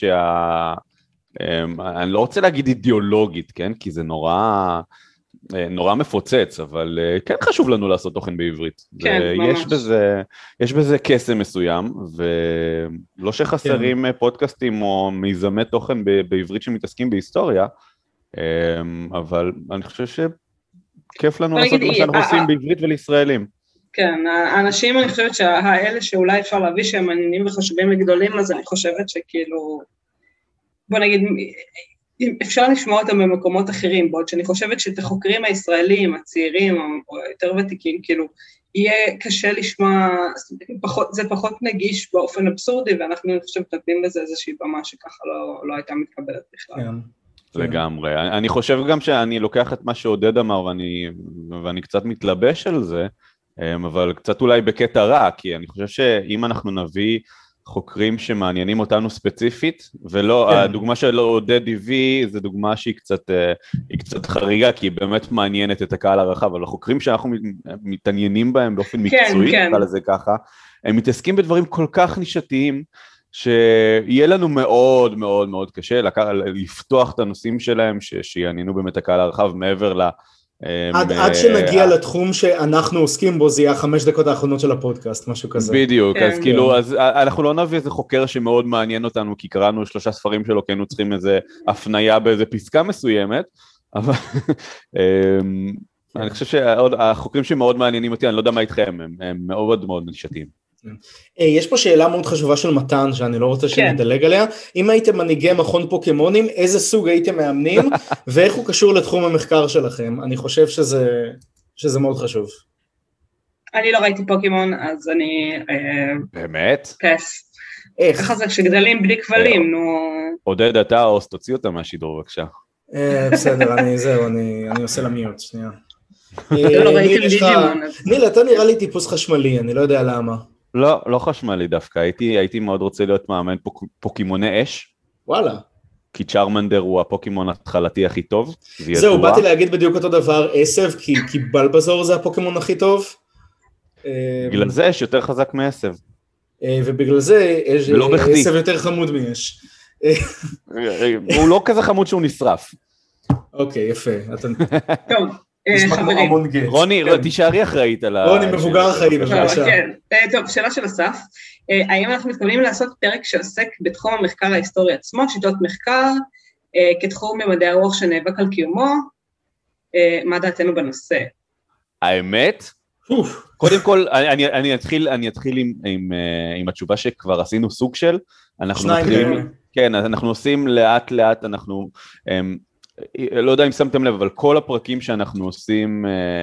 S1: אני לא רוצה להגיד אידיאולוגית, כן? כי זה נורא מפוצץ, אבל כן חשוב לנו לעשות תוכן בעברית.
S3: כן, ממש.
S1: יש בזה קסם מסוים, ולא שחסרים פודקאסטים או מיזמי תוכן בעברית שמתעסקים בהיסטוריה, אבל אני חושב שכיף לנו לעשות מה שאנחנו עושים בעברית ולישראלים.
S3: כן, האנשים אני חושבת שהאלה שאולי אפשר להביא שהם מעניינים וחשובים וגדולים, אז אני חושבת שכאילו, בוא נגיד, אפשר לשמוע אותם במקומות אחרים, בעוד שאני חושבת שאת החוקרים הישראלים, הצעירים או יותר ותיקים, כאילו, יהיה קשה לשמוע, זה פחות נגיש באופן אבסורדי, ואנחנו אני חושבת נותנים לזה איזושהי במה שככה לא הייתה מתקבלת בכלל.
S2: כן.
S1: לגמרי. אני חושב גם שאני לוקח את מה שעודד אמר, ואני קצת מתלבש על זה, אבל קצת אולי בקטע רע, כי אני חושב שאם אנחנו נביא חוקרים שמעניינים אותנו ספציפית, ולא, הדוגמה של עודד הביא, זו דוגמה שהיא קצת חריגה, כי היא באמת מעניינת את הקהל הרחב, אבל החוקרים שאנחנו מתעניינים בהם באופן מקצועי, נקרא לזה ככה, הם מתעסקים בדברים כל כך נישתיים, שיהיה לנו מאוד מאוד מאוד קשה לפתוח את הנושאים שלהם, שיעניינו באמת הקהל הרחב מעבר ל...
S2: עד שנגיע לתחום שאנחנו עוסקים בו, זה יהיה 5 דקות האחרונות של הפודקאסט, משהו כזה.
S1: בדיוק, אז כאילו, אנחנו לא נביא איזה חוקר שמאוד מעניין אותנו, כי קראנו 3 ספרים שלו, כי היינו צריכים איזה הפניה באיזה פסקה מסוימת, אבל אני חושב שהחוקרים שמאוד מעניינים אותי, אני לא יודע מה איתכם, הם מאוד מאוד נישתיים.
S2: יש פה שאלה מאוד חשובה של מתן, שאני לא רוצה שנדלג עליה. אם הייתם מנהיגי מכון פוקימונים, איזה סוג הייתם מאמנים, ואיך הוא קשור לתחום המחקר שלכם? אני חושב שזה מאוד חשוב.
S3: אני לא ראיתי פוקימון, אז אני...
S1: באמת?
S3: פס.
S2: איך?
S3: ככה זה כשגדלים בלי כבלים, נו...
S1: עודד, אתה או תוציא אותה מהשידור, בבקשה.
S2: בסדר, אני עושה לה מיוט, שנייה.
S3: לא ראיתם דיג'ימון.
S2: ניל, אתה נראה לי טיפוס חשמלי, אני לא יודע למה.
S1: לא חשמלי דווקא, הייתי מאוד רוצה להיות מאמן פוקימוני אש.
S2: וואלה.
S1: כי צ'ארמנדר הוא הפוקימון התחלתי הכי טוב.
S2: זהו, באתי להגיד בדיוק אותו דבר, עשב, כי בלבזור זה הפוקימון הכי טוב.
S1: בגלל זה אש יותר חזק מעשב.
S2: ובגלל זה עשב יותר חמוד מאש.
S1: הוא לא כזה חמוד שהוא נשרף.
S3: אוקיי,
S2: יפה.
S3: טוב.
S1: רוני, תישארי אחראית על
S2: רוני, מבוגר אחראי, בבקשה.
S3: טוב, שאלה של אסף, האם אנחנו מתכוונים לעשות פרק שעוסק בתחום המחקר ההיסטורי עצמו, שיטות מחקר, כתחום במדעי הרוח שנאבק על קיומו, מה דעתנו בנושא?
S1: האמת? קודם כל, אני אתחיל עם התשובה שכבר עשינו סוג של, אנחנו עושים לאט לאט, אנחנו... לא יודע אם שמתם לב, אבל כל הפרקים שאנחנו עושים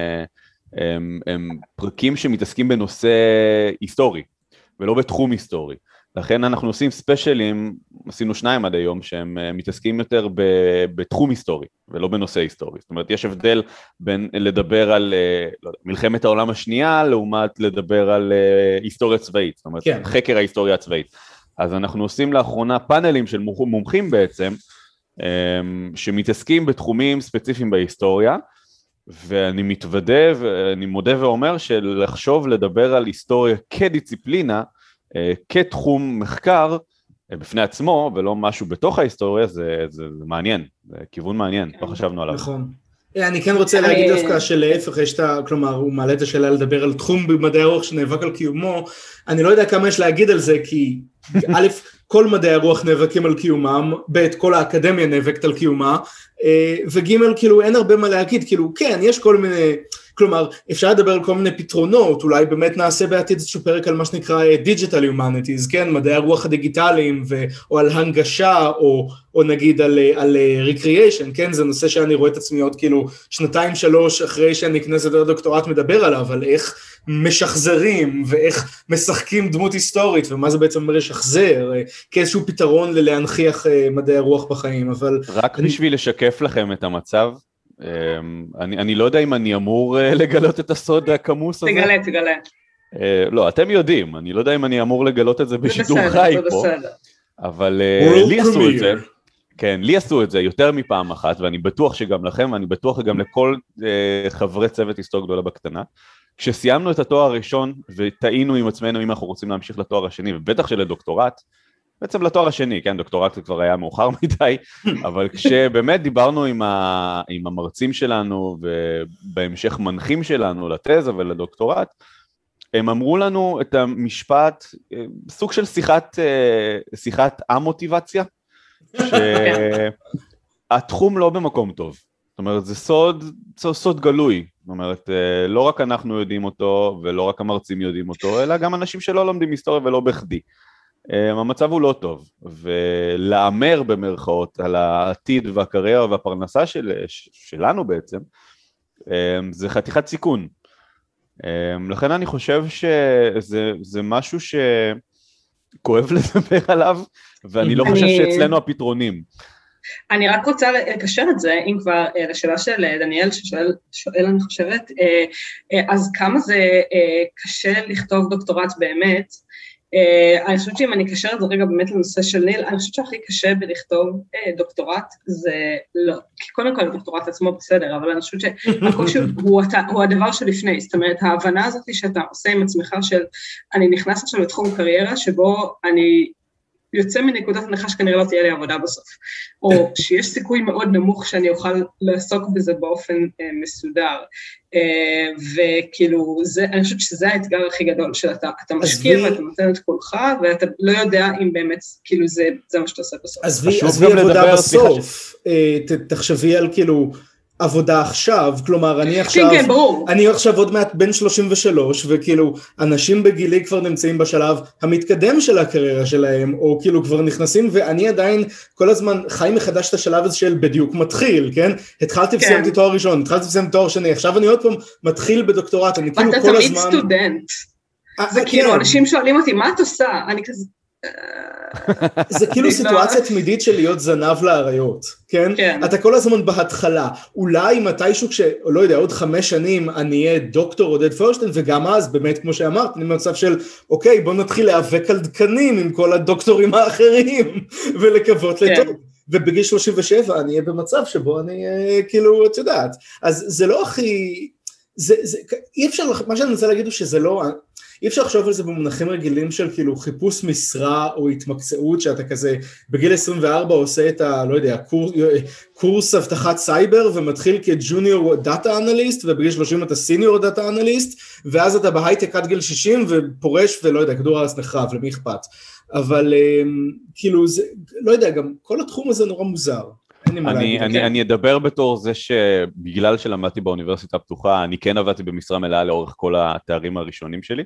S1: הם פרקים שמתעסקים בנושא היסטורי, ולא בתחום היסטורי. לכן אנחנו עושים ספיישלים, עשינו 2 עד היום, שהם מתעסקים יותר בתחום היסטורי, ולא בנושא היסטורי. זאת אומרת, יש הבדל בין לדבר על מלחמת העולם השנייה, לעומת לדבר על היסטוריה צבאית, זאת אומרת, חקר ההיסטוריה הצבאית. אז אנחנו עושים לאחרונה פאנלים של מומחים בעצם, שמתעסקים בתחומים ספציפיים בהיסטוריה, ואני מתוודה ואני מודה ואומר שלחשוב לדבר על היסטוריה כדיציפלינה, כתחום מחקר בפני עצמו, ולא משהו בתוך ההיסטוריה, זה מעניין, זה כיוון מעניין, לא חשבנו עליו.
S2: נכון. אני כן רוצה להגיד דווקא שלהפך, כלומר, הוא מעלה את השאלה לדבר על תחום במדעי הרוח שנאבק על קיומו, אני לא יודע כמה יש להגיד על זה, כי א', כל מדעי הרוח נאבקים על קיומם, ב', כל האקדמיה נאבקת על קיומה, וג', כאילו, אין הרבה מה להגיד, כאילו, כן, יש כל מיני, כלומר, אפשר לדבר על כל מיני פתרונות, אולי באמת נעשה בעתיד איזשהו פרק על מה שנקרא Digital Humanities, כן, מדעי הרוח הדיגיטליים, או על הנגשה, או נגיד על recreation, כן, זה נושא שאני רואה את עצמי עוד כאילו 2-3 אחרי שאני אכנס לדוקטורט מדבר עליו, על איך משחזרים, ואיך משחקים דמות היסטורית, ומה זה בעצם לשחזר, כאיזשהו פתרון להנכיח מדעי הרוח בחיים, אבל...
S1: רק בשביל לשקף לכם את המצב, אני לא יודע אם אני אמור לגלות את הסוד הכמוס הזה.
S3: תגלה.
S1: לא, אתם יודעים, אני לא יודע אם אני אמור לגלות את זה בשידור חי פה, אבל לי עשו את זה, כן, לי עשו את זה יותר מפעם אחת, ואני בטוח שגם לכם, ואני בטוח גם לכל חברי צוות היסטוריה גדולה בקטנה, כשסיימנו את התואר הראשון, וטעינו עם עצמנו אם אנחנו רוצים להמשיך לתואר השני, ובטח שלדוקטורט, בעצם לתואר השני, כן, דוקטורט זה כבר היה מאוחר מדי, אבל כשבאמת דיברנו עם המרצים שלנו, ובהמשך מנחים שלנו לתזה ולדוקטורט, הם אמרו לנו את המשפט, סוג של שיחת המוטיבציה, שהתחום לא במקום טוב. זאת אומרת, זה סוד גלוי. זאת אומרת, לא רק אנחנו יודעים אותו, ולא רק המרצים יודעים אותו, אלא גם אנשים שלא לומדים היסטוריה ולא בכדי. המצב הוא לא טוב, ולאמר במרכאות על העתיד והקריירה והפרנסה שלנו בעצם, זה חתיכת סיכון. לכן אני חושב שזה משהו שכואב לדבר עליו, ואני לא חושב שאצלנו הפתרונים.
S3: אני רק רוצה לקשר את זה, אם כבר לשאלה של דניאל ששואל, אני חושבת, אז כמה זה קשה לכתוב דוקטורט באמת, אני חושבת שאם אני אקשר את זה רגע באמת לנושא של ניל, אני חושבת שהכי קשה בלכתוב דוקטורט, זה לא, כי קודם כל הדוקטורט עצמו בסדר, אבל אני חושבת שהקושי הוא הדבר שלפני, זאת אומרת, ההבנה הזאת שאתה עושה עם עצמך של, אני נכנס עכשיו לתחום קריירה, שבו אני יוצא מנקודת הנחה שכנראה לא תהיה לי עבודה בסוף, או שיש סיכוי מאוד נמוך שאני אוכל לעסוק בזה באופן מסודר, וכאילו, אני חושבת שזה האתגר הכי גדול, שאתה משקיע ואתה נותן את כולך, ואתה לא יודע אם באמת, כאילו זה מה שאתה עושה בסוף.
S2: עזבי עבודה בסוף, תחשבי על כאילו, עבודה עכשיו, כלומר אני עכשיו עוד מעט בן 33, וכאילו אנשים בגילי כבר נמצאים בשלב המתקדם של הקריירה שלהם, או כאילו כבר נכנסים, ואני עדיין כל הזמן חי מחדש את השלב הזה של בדיוק מתחיל, כן? התחלתי וסיימתי תואר ראשון, התחלתי וסיימתי תואר שני, עכשיו אני עוד פעם מתחיל בדוקטורט, אני כאילו כל הזמן...
S3: ואתה תמיד סטודנט, זה כאילו אנשים שואלים אותי, מה את עושה? אני כזה...
S2: זה כאילו סיטואציה תמידית של להיות זנב לאריות, כן? אתה כל הזמן בהתחלה, אולי מתישהו לא יודע, עוד 5 שנים אני אהיה דוקטור עודד פוירשטיין, וגם אז באמת כמו שאמרת, אני במצב של אוקיי, בוא נתחיל להיאבק על דקנים עם כל הדוקטורים האחרים, ולקוות לטוב. ובגיל 37 אני אהיה במצב שבו אני כאילו, את יודעת, אז זה לא הכי, אי אפשר, מה שאני רוצה להגיד הוא שזה לא... אי אפשר לחשוב על זה במונחים רגילים של כאילו חיפוש משרה או התמקצעות, שאתה כזה בגיל 24 עושה את ה, לא יודע, קורס הבטחת סייבר, ומתחיל כג'וניור דאטה אנליסט, ובגיל 30 אתה סיניור דאטה אנליסט, ואז אתה בהייטק עד גיל 60 ופורש ולא יודע, כדור הארץ נחרב, למי אכפת. אבל כאילו, זה, לא יודע, גם כל התחום הזה נורא מוזר.
S1: אני אדבר בתור זה שבגלל שלמדתי באוניברסיטה הפתוחה, אני כן עבדתי במשרה מלאה לאורך כל התארים הראשונים שלי.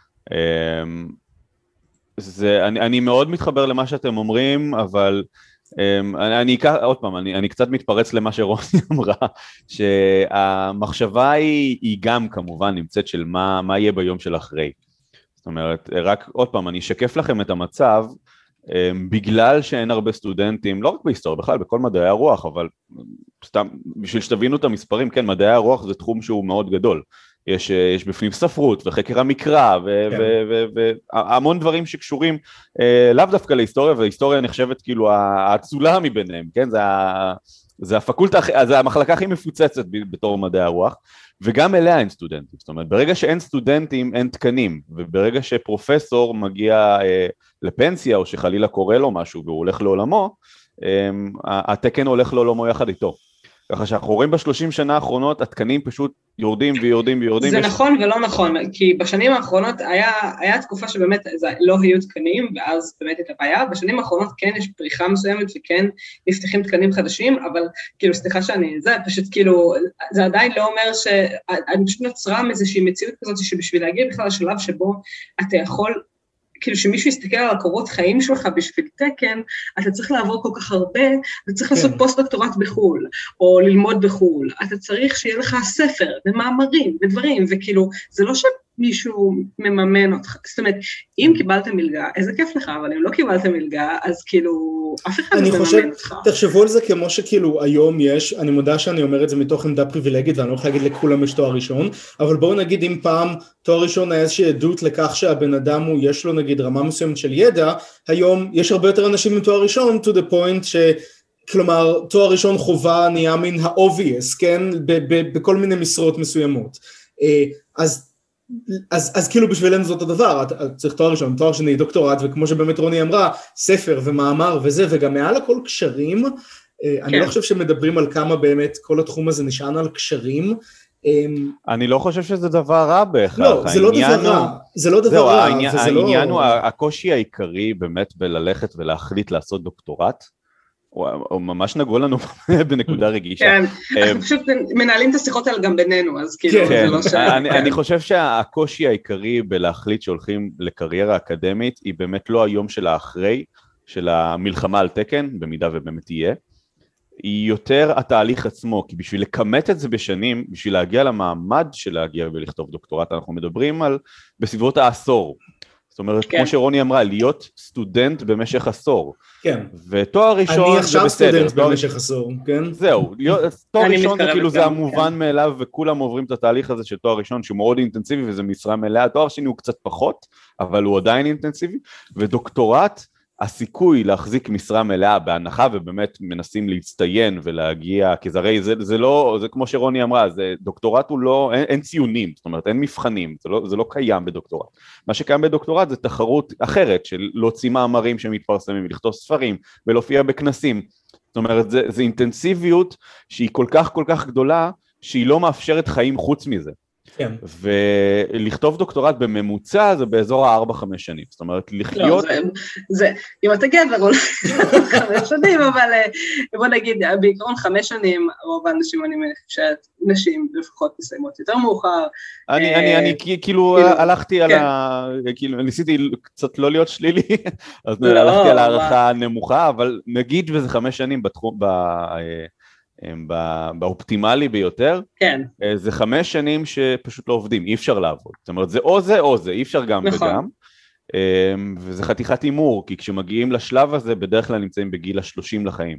S1: אני מאוד מתחבר למה שאתם אומרים, אבל עוד פעם, אני קצת מתפרץ למה שרוני אמרה, שהמחשבה היא גם כמובן נמצאת של מה יהיה ביום של אחרי. זאת אומרת, רק עוד פעם, אני אשקף לכם את המצב, בגלל שאין הרבה סטודנטים, לא רק בהיסטוריה, בכלל בכל מדעי הרוח, אבל סתם, בשביל שתבינו את המספרים, כן, מדעי הרוח זה תחום שהוא מאוד גדול, יש בפנים ספרות וחקר המקרא, והמון דברים שקשורים, לאו דווקא להיסטוריה, וההיסטוריה נחשבת כאילו האצולה מביניהם, כן, זה הפקולטה, זה המחלקה הכי מפוצצת בתור מדעי הרוח, וגם אליה אין סטודנטים, זאת אומרת, ברגע שאין סטודנטים אין תקנים, וברגע שפרופסור מגיע לפנסיה, או שחלילה קורא לו משהו והוא הולך לעולמו, התקן הולך לעולמו יחד איתו. ככה שאנחנו רואים ב30 שנה האחרונות, התקנים פשוט יורדים ויורדים ויורדים.
S3: זה נכון ולא נכון, כי בשנים האחרונות היה תקופה שבאמת לא היו תקנים, ואז באמת הייתה בעיה, בשנים האחרונות כן יש פריחה מסוימת, וכן נפתחים תקנים חדשים, אבל כאילו, סליחה זה פשוט כאילו, זה עדיין לא אומר אני פשוט נוצרה מאיזושהי מציאות כזאת, שבשביל להגיע בכלל לשלב שבו אתה יכול, כאילו שמישהו יסתכל על הקורות חיים שלך בשביל תקן, אתה צריך לעבור כל כך הרבה, אתה צריך לעשות פוסט-דוקטורט בחול, או ללמוד בחול, אתה צריך שיהיה לך ספר, ומאמרים, ודברים, וכאילו, זה לא שמישהו מממן אותך, זאת אומרת, אם קיבלת מלגה, איזה כיף לך, אבל אם לא קיבלת מלגה, אז כאילו, אף אחד לא מממן אותך.
S2: תחשבו על זה כמו שכאילו היום יש, אני מודע שאני אומר את זה מתוך עמדה פריבילגית, ואני לא יכול להגיד לכולם יש תואר ראשון, אבל בואו נגיד אם פעם תואר ראשון היה איזושהי עדות לכך שהבן אדם יש לו נגיד רמה מסוימת של ידע, היום יש הרבה יותר אנשים עם תואר ראשון, to the point כלומר תואר ראשון חובה נהיה מן ה-obvious, כן? בכל מיני משרות מסוימות. אז כאילו בשבילנו זאת הדבר, צריך תואר ראשון, תואר שני, דוקטורט, וכמו שבאמת רוני אמרה, ספר ומאמר וזה, וגם מעל הכל קשרים, אני לא חושב שמדברים על כמה באמת כל התחום הזה נשען על קשרים.
S1: אני לא חושב שזה דבר רע בהכרח.
S2: לא, זה לא דבר רע, זה לא דבר רע.
S1: העניין הוא, הקושי העיקרי באמת בללכת ולהחליט לעשות דוקטורט, הוא ממש נגעו לנו בנקודה רגישה.
S3: כן, אנחנו פשוט מנהלים את השיחות האלה גם בינינו, אז כאילו זה לא ש...
S1: אני חושב שהקושי העיקרי בלהחליט שהולכים לקריירה אקדמית, היא באמת לא היום של האחרי, של המלחמה על תקן, במידה ובאמת תהיה, היא יותר התהליך עצמו, כי בשביל לקמת את זה בשנים, בשביל להגיע למעמד של להגיע ולכתוב דוקטורט, אנחנו מדברים על בסביבות העשור. זאת אומרת, כמו שרוני אמרה, להיות סטודנט במשך עשור.
S2: כן.
S1: ותואר ראשון זה בסדר.
S2: אני עכשיו סטודנט במשך עשור, כן?
S1: זהו, תואר ראשון זה כאילו זה המובן מאליו, וכולם עוברים את התהליך הזה של תואר ראשון, שהוא מאוד אינטנסיבי וזה משרה מלאה, תואר שני הוא קצת פחות, אבל הוא עדיין אינטנסיבי, ודוקטורט, הסיכוי להחזיק משרה מלאה בהנחה ובאמת מנסים להצטיין ולהגיע, כי זה לא, זה כמו שרוני אמרה, דוקטורט הוא לא, אין ציונים, זאת אומרת אין מבחנים, זה לא קיים בדוקטורט. מה שקיים בדוקטורט זה תחרות אחרת של להוציא מאמרים שמתפרסמים, ולכתוב ספרים ולהופיע בכנסים. זאת אומרת זה אינטנסיביות שהיא כל כך גדולה, שהיא לא מאפשרת חיים חוץ מזה.
S2: כן.
S1: ולכתוב דוקטורט בממוצע זה באזור ה4-5 שנים, זאת אומרת לחיות...
S3: לא, זה, אם אתה גבר אולי 5 שנים, אבל בוא נגיד, בעיקרון 5 שנים, רוב האנשים אני חושבת, נשים לפחות מסיימות יותר מאוחר.
S1: אני כאילו הלכתי על כאילו ניסיתי קצת לא להיות שלילי, אז הלכתי על הערכה הנמוכה, אבל נגיד וזה 5 שנים בתחום, באופטימלי ביותר,
S3: כן.
S1: זה 5 שנים שפשוט לא עובדים, אי אפשר לעבוד. זאת אומרת, זה או זה, אי אפשר גם
S3: נכון.
S1: וגם, וזה חתיכת אימור, כי כשמגיעים לשלב הזה, בדרך כלל נמצאים בגיל ה-30 לחיים.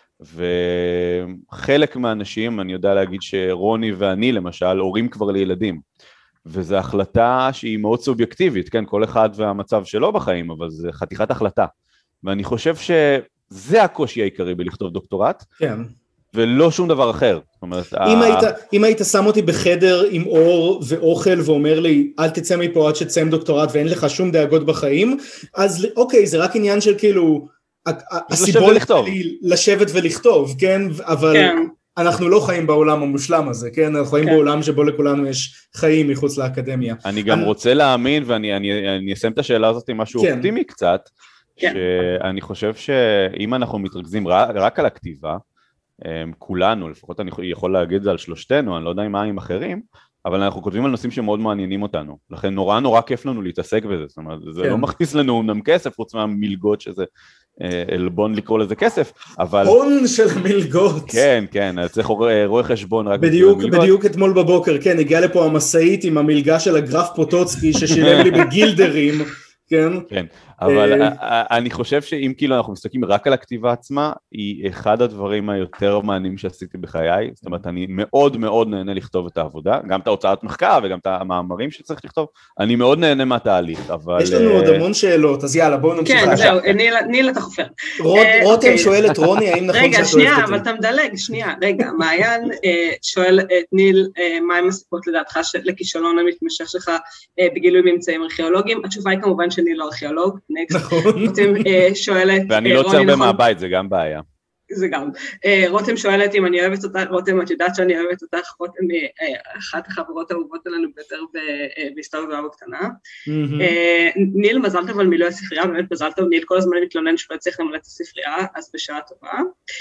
S1: וחלק מהאנשים, אני יודע להגיד שרוני ואני למשל, הורים כבר לילדים, וזו החלטה שהיא מאוד סובייקטיבית, כן, כל אחד והמצב שלו בחיים, אבל זה חתיכת החלטה. ואני חושב שזה הקושי העיקרי בלכתוב דוקטורט,
S2: כן.
S1: ולא שום דבר אחר. זאת אומרת,
S2: אם היית שם אותי בחדר עם אור ואוכל ואומר לי, אל תצא מפה עד שתסיים דוקטורט ואין לך שום דאגות בחיים, אז אוקיי, זה רק עניין של כאילו, הסיבולת שלי לשבת ולכתוב, כן? אבל אנחנו לא חיים בעולם המושלם הזה, כן? אנחנו חיים בעולם שבו לכולנו יש חיים מחוץ לאקדמיה.
S1: אני גם רוצה להאמין, ואני אסיים את השאלה הזאת עם משהו אופטימי קצת, שאני חושב שאם אנחנו מתרכזים רק על הכתיבה, כולנו, לפחות אני יכול להגיד את זה על שלושתנו, אני לא יודע מה עם אחרים, אבל אנחנו כותבים על נושאים שמאוד מעניינים אותנו, לכן נורא כיף לנו להתעסק בזה, זאת אומרת, זה לא מכניס לנו אמנם כסף, חוץ מהמלגות שזה אלבון לקרוא לזה כסף, אבל...
S2: הון של מלגות.
S1: כן, צריך רואה חשבון רק בשביל המלגות.
S2: בדיוק אתמול בבוקר, כן, הגיע לפה המשאית עם המלגה של הגרף פוטוצקי, ששילם לי בגילדרים, כן,
S1: אבל אני חושב שאם כאילו אנחנו מסתכלים רק על הכתיבה עצמה, היא אחד הדברים היותר מעניינים שעשיתי בחיי, זאת אומרת אני מאוד נהנה לכתוב את העבודה, גם את ההוצאת מחקר וגם את המאמרים שצריך לכתוב, אני מאוד נהנה מהתהליך, אבל...
S2: יש לנו עוד המון שאלות, אז יאללה בואו נמשיך.
S3: כן, זהו, ניל אתה חופר.
S2: רותם שואל את רוני, האם נכון
S3: רגע, שנייה, אבל אתה מדלג, רגע, מעיין שואל את ניל, מה הם הסיבות לדעתך לכישלון המתמשך שלך בגילוי ממצאים ארכיאולוגיים? התשובה היא כמובן שאני לא ארכיאולוג,
S2: נכון.
S1: ואני לא יוצא הרבה מהבית, זה גם בעיה.
S3: זה גם. רותם שואלת אם אני אוהבת אותך, רותם, את יודעת שאני אוהבת אותך, רותם אחת החברות האהובות עלינו ביותר בהיסטוריה ואהבה קטנה. ניל, מזל טוב על מילוי הספרייה, באמת מזל טוב, ניל כל הזמן מתלונן שלא צריך למלא את הספרייה, אז בשעה טובה.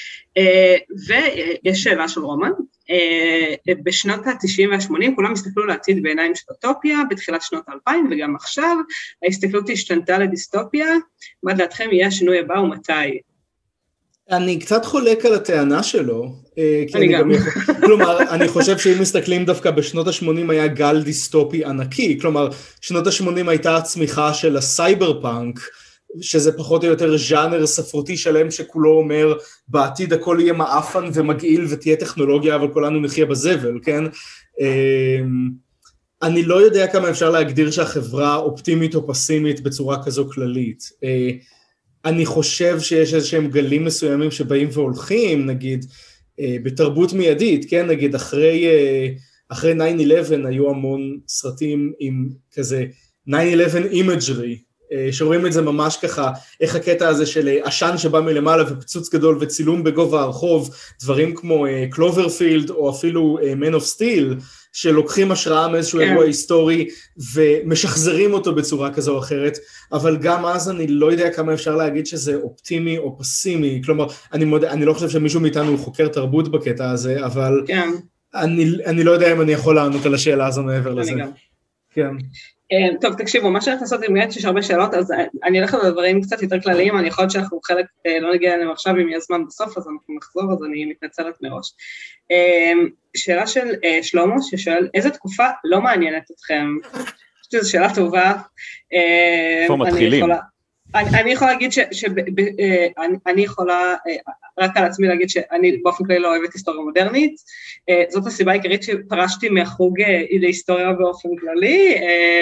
S3: ויש שאלה של רומן, בשנות ה-90 וה-80 כולם הסתכלו לעתיד בעיניים של אוטופיה, בתחילת שנות ה-2000 וגם עכשיו, ההסתכלות השתנתה לדיסטופיה, מה דעתכם יהיה השינוי הבא ומתי?
S2: אני קצת חולק על הטענה שלו,
S3: אני גם.
S2: כלומר, אני חושב שאם מסתכלים דווקא בשנות ה-80 היה גל דיסטופי ענקי, כלומר, שנות ה-80 הייתה הצמיחה של הסייבר פאנק, שזה פחות או יותר ז'אנר ספרותי שלם שכולו אומר, בעתיד הכל יהיה מאפן ומגעיל ותהיה טכנולוגיה, אבל כולנו נחיה בזבל, כן? אני לא יודע כמה אפשר להגדיר שהחברה אופטימית או פסימית בצורה כזו כללית. אני חושב שיש איזשהם גלים מסוימים שבאים והולכים, נגיד, בתרבות מיידית, כן? נגיד, אחרי 9/11 היו המון סרטים עם כזה 9/11 imagery, שרואים את זה ממש ככה, איך הקטע הזה של עשן שבא מלמעלה ופיצוץ גדול וצילום בגובה הרחוב, דברים כמו קלוברפילד או אפילו Man of Steel, שלוקחים השראה מאיזשהו אירוע היסטורי ומשחזרים אותו בצורה כזו או אחרת, אבל גם אז אני לא יודע כמה אפשר להגיד שזה אופטימי או פסימי, כלומר, אני לא חושב שמישהו מאיתנו חוקר תרבות בקטע הזה, אבל אני לא יודע אם אני יכול לענות על השאלה הזו מעבר לזה. כן.
S3: טוב, תקשיבו, מה שאני חושבת, אם יש הרבה שאלות, אז אני אלך לדברים קצת יותר כלליים, אני יכולת שאנחנו חלק לא נגיע אליהם עכשיו, אם יהיה זמן בסוף, אז אנחנו נחזור, אז אני מתנצלת מראש. שאלה של שלמה, ששואל, איזה תקופה לא מעניינת אתכם? אני חושבת שזו שאלה טובה.
S1: איפה מתחילים?
S3: אני יכולה להגיד אני יכולה רק על עצמי להגיד שאני באופן כללי לא אוהבת היסטוריה מודרנית, זאת הסיבה העיקרית שפרשתי מהחוג להיסטוריה באופן כללי,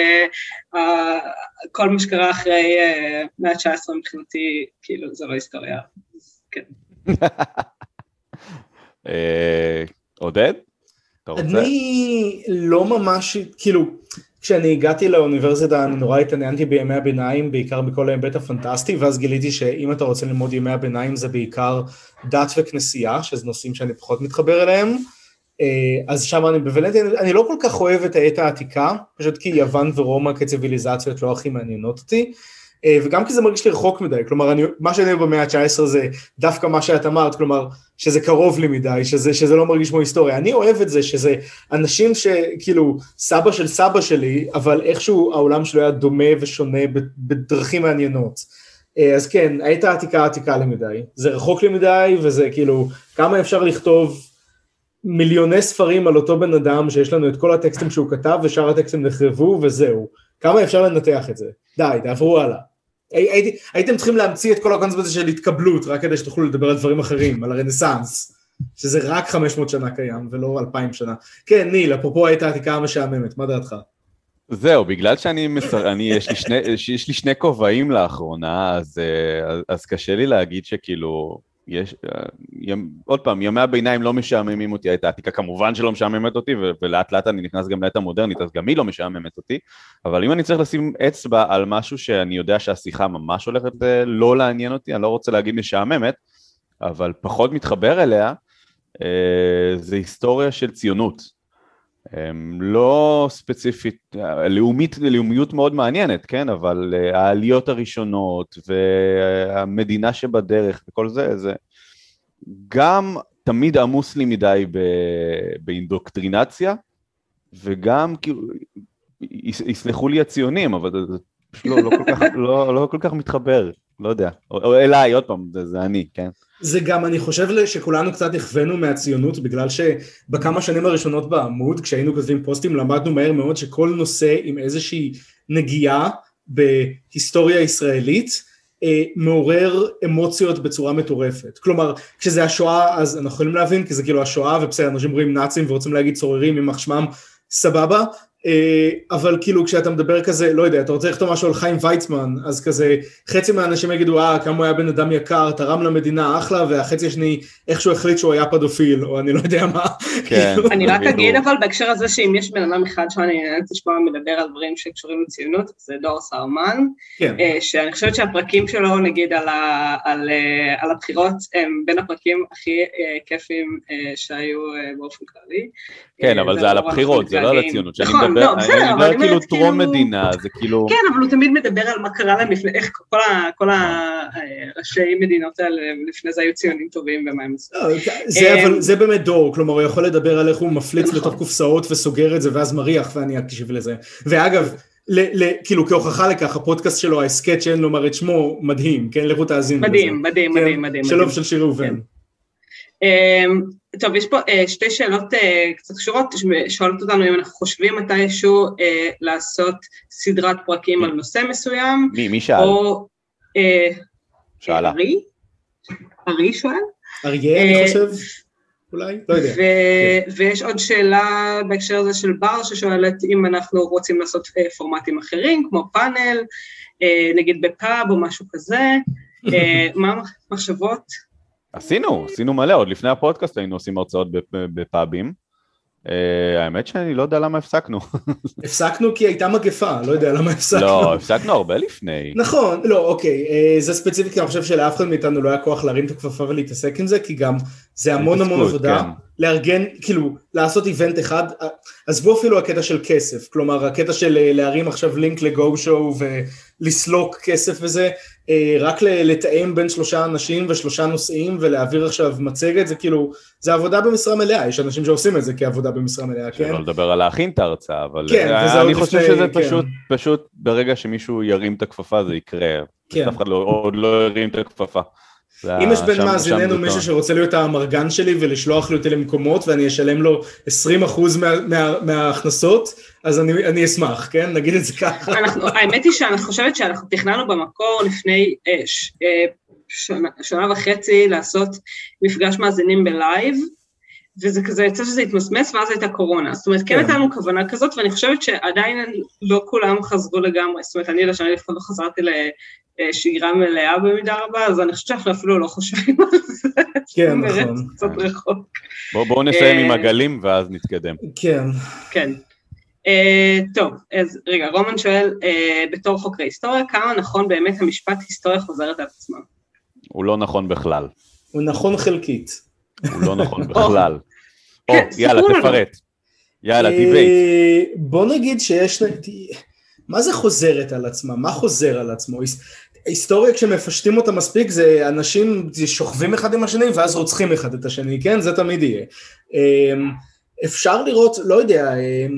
S3: כל מה שקרה אחרי מאה ה-19 מבחינתי, כאילו זה לא היסטוריה, כן.
S1: עודד?
S2: אני לא ממש, כאילו, כשאני הגעתי לאוניברסיטה, אני נורא התעניינתי בימי הביניים, בעיקר בכל ההיבט הפנטסטי, ואז גיליתי שאם אתה רוצה ללמוד ימי הביניים, זה בעיקר דת וכנסייה, שזה נושאים שאני פחות מתחבר אליהם, אז שם אני לא כל כך אוהב את העת העתיקה, פשוט כי יוון ורומא כציביליזציות לא הכי מעניינות אותי, וגם כי זה מרגיש לי רחוק מדי, כלומר, מה שאני אוהב במאה ה-19 זה דווקא מה שאת אמרת, כלומר, שזה קרוב לי מדי, שזה לא מרגיש כמו היסטוריה, אני אוהב את זה, שזה אנשים שכאילו, סבא של סבא שלי, אבל איכשהו העולם שלו היה דומה ושונה בדרכים מעניינות, אז כן, העת העתיקה עתיקה לי מדי, זה רחוק לי מדי, וזה כאילו, כמה אפשר לכתוב מיליוני ספרים על אותו בן אדם, שיש לנו את כל הטקסטים שהוא כתב, ושאר הטקסטים נחרבו, וזהו, כמה אפשר לנתח את זה? די, תעברו הלאה. הייתם צריכים להמציא את כל הקונספט הזה של התקבלות, רק כדי שתוכלו לדבר על דברים אחרים, על הרנסנס, שזה רק 500 שנה קיים, ולא 2000 שנה. כן, ניל, אפרופו העת העתיקה המשעממת, מה דעתך?
S1: זהו, בגלל יש לי שני כובעים לאחרונה, אז קשה לי להגיד שכאילו, עוד פעם, ימי הביניים לא משעממים אותי, העת העתיקה כמובן שלא משעממת אותי, ולאט לאט אני נכנס גם לעת המודרנית, אז גם היא לא משעממת אותי, אבל אם אני צריך לשים אצבע על משהו שאני יודע שהשיחה ממש הולכת לא לעניין אותי, אני לא רוצה להגיד משעממת, אבל פחות מתחבר אליה, זה היסטוריה של ציונות. לא ספציפית, לאומיות מאוד מעניינת, כן, אבל העליות הראשונות והמדינה שבדרך וכל זה, זה גם תמיד עמוס לי מדי באינדוקטרינציה, וגם כאילו, יסלחו לי הציונים, אבל זה פשוט לא כל כך מתחבר, לא יודע, או אליי, עוד פעם, זה אני, כן.
S2: זה גם, אני חושב שכולנו קצת הכוונו מהציונות, בגלל שבכמה שנים הראשונות בעמוד, כשהיינו כותבים פוסטים, למדנו מהר מאוד שכל נושא עם איזושהי נגיעה בהיסטוריה ישראלית, מעורר אמוציות בצורה מטורפת. כלומר, כשזה השואה, אז אנחנו יכולים להבין, כי זה כאילו השואה, ובסדר, אנשים רואים נאצים ורוצים להגיד צוררים עם מחשמם, סבבה, אבל כאילו כשאתה מדבר כזה, לא יודע, אתה רוצה לכתוב משהו על חיים ויצמן, אז כזה, חצי מהאנשים יגידו, כמה הוא היה בן אדם יקר, תרם למדינה אחלה, והחצי השני, איכשהו החליט שהוא היה פדופיל, או אני לא יודע מה.
S1: כן.
S3: אני רק אגיד אבל בהקשר הזה, שאם יש בן אדם אחד שאני נהנית לשמוע מדבר על דברים שקשורים לציונות, זה דור סהרמן, שאני חושבת שהפרקים שלו, נגיד על הבחירות, הם בין הפרקים הכי כיפים שהיו באופן כללי.
S1: כן, אבל זה על הבחירות, זה לא על הציונות.
S3: נכון, לא, בסדר, אבל אני
S1: כאילו טרום מדינה, זה כאילו...
S3: כן, אבל הוא תמיד מדבר על מה קרה להם לפני, איך כל הראשי מדינות האלה לפני זה היו ציונים טובים ומה הם עשו.
S2: אבל זה באמת דור, כלומר, הוא יכול לדבר על איך הוא מפליץ לתוך קופסאות וסוגר את זה ואז מריח, ואני אקשיב לזה. ואגב, כאילו כהוכחה לכך, הפודקאסט שלו, ההסקט שאין לומר את שמו, מדהים, כן? לכו תאזינו לזה.
S3: מדהים.
S2: שלום של שיר ראובן.
S3: טוב, יש פה שתי שאלות קצת קשורות, שואלות אותנו אם אנחנו חושבים מתישהו לעשות סדרת פרקים על נושא מסוים.
S1: מי שאל?
S3: או
S1: שאלה.
S3: ארי שואל?
S2: אריה, אני חושב, אולי, לא יודע.
S3: ויש עוד שאלה בהקשר הזה של בר, ששואלת אם אנחנו רוצים לעשות פורמטים אחרים, כמו פאנל, נגיד בפאב או משהו כזה, מה מחשבות?
S1: עשינו מלא, עוד לפני הפודקאסט היינו עושים הרצאות בפאבים, האמת שאני לא יודע למה הפסקנו.
S2: הפסקנו כי הייתה מגפה, לא יודע למה הפסקנו.
S1: לא, הפסקנו הרבה לפני.
S2: נכון, לא, אוקיי, זה ספציפי, כי אני חושב שלאף אחד מאיתנו לא היה כוח להרים את הכפפה ולהתעסק עם זה, כי גם זה המון עבודה, לארגן, כאילו, לעשות איבנט אחד, עזבו אפילו הקטע של כסף, כלומר, הקטע של להרים עכשיו לינק לגו שואו ולסלוק כסף וזה, רק לתאם בין 3 אנשים ו3 נושאים ולהעביר עכשיו מצגת, זה כאילו, זה עבודה במשרה מלאה, יש אנשים שעושים את זה כעבודה במשרה מלאה, כן?
S1: שלא לדבר על להכין את ההרצאה, אבל
S2: אני
S1: חושב שזה פשוט ברגע שמישהו ירים את הכפפה זה יקרה, אף אחד עוד לא ירים את הכפפה.
S2: אם יש בין מאזיננו מישהו שרוצה להיות המרגן שלי ולשלוח לי אותי למקומות ואני אשלם לו 20% מההכנסות, אז אני אשמח, כן? נגיד את זה ככה.
S3: האמת היא שאני חושבת שאנחנו תכננו במקור לפני שנה וחצי לעשות מפגש מאזינים בלייב, וזה כזה יצא שזה התמסמס ואז הייתה קורונה, זאת אומרת כן הייתה לנו כוונה כזאת, ואני חושבת שעדיין לא כולם חזרו לגמרי, זאת אומרת אני לשנה לפחות לא חזרתי שגרה מלאה במידה רבה, אז אני חושבת שאנחנו אפילו לא חושבים על זה.
S2: כן, נכון.
S3: קצת רחוק.
S1: בואו נסיים עם הגלים ואז נתקדם.
S2: כן.
S3: כן. טוב, אז רגע, רומן שואל, בתור חוקרי היסטוריה, כמה נכון באמת המשפט היסטוריה חוזרת על עצמה?
S1: הוא לא נכון בכלל.
S2: הוא נכון חלקית.
S1: הוא לא נכון בכלל. יאללה, תפרט. יאללה, דיבייט.
S2: בוא נגיד שיש... מה זה חוזרת על עצמה? מה חוזר על עצמו? היסטוריה כשמפשטים אותה מספיק זה אנשים שוכבים אחד עם השני ואז רוצחים אחד את השני, כן? זה תמיד יהיה. אפשר לראות, לא יודע,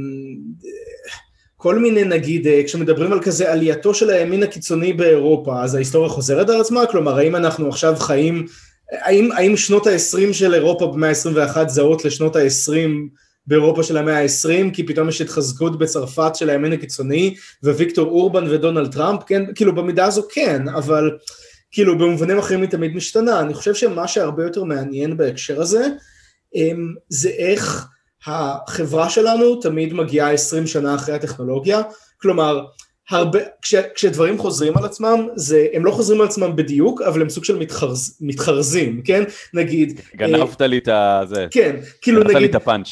S2: כל מיני נגיד, כשמדברים על כזה עלייתו של הימין הקיצוני באירופה, אז ההיסטוריה חוזרת על עצמה? כלומר, האם אנחנו עכשיו חיים, האם שנות ה-20 של אירופה במאה ה-21 זהות לשנות ה-20 באירופה של המאה ה-20, כי פתאום יש התחזקות בצרפת של הימין הקיצוני, וויקטור אורבן ודונלד טראמפ, כן, כאילו במידה הזו כן, אבל כאילו במובנים אחרים היא תמיד משתנה. אני חושב שמה שהרבה יותר מעניין בהקשר הזה, זה איך החברה שלנו תמיד מגיעה 20 שנה אחרי הטכנולוגיה, כלומר, כשדברים חוזרים על עצמם, הם לא חוזרים על עצמם בדיוק, אבל הם סוג של מתחרזים, כן? נגיד...
S1: גנבת לי את זה.
S2: כן, כאילו נגיד...
S1: גנבת לי את הפאנץ'.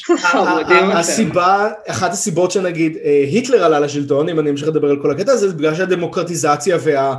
S2: אחת הסיבות שנגיד, היטלר עלה לשלטון, אם אני אמשיך לדבר על כל הקטע הזה, זה בגלל שהדמוקרטיזציה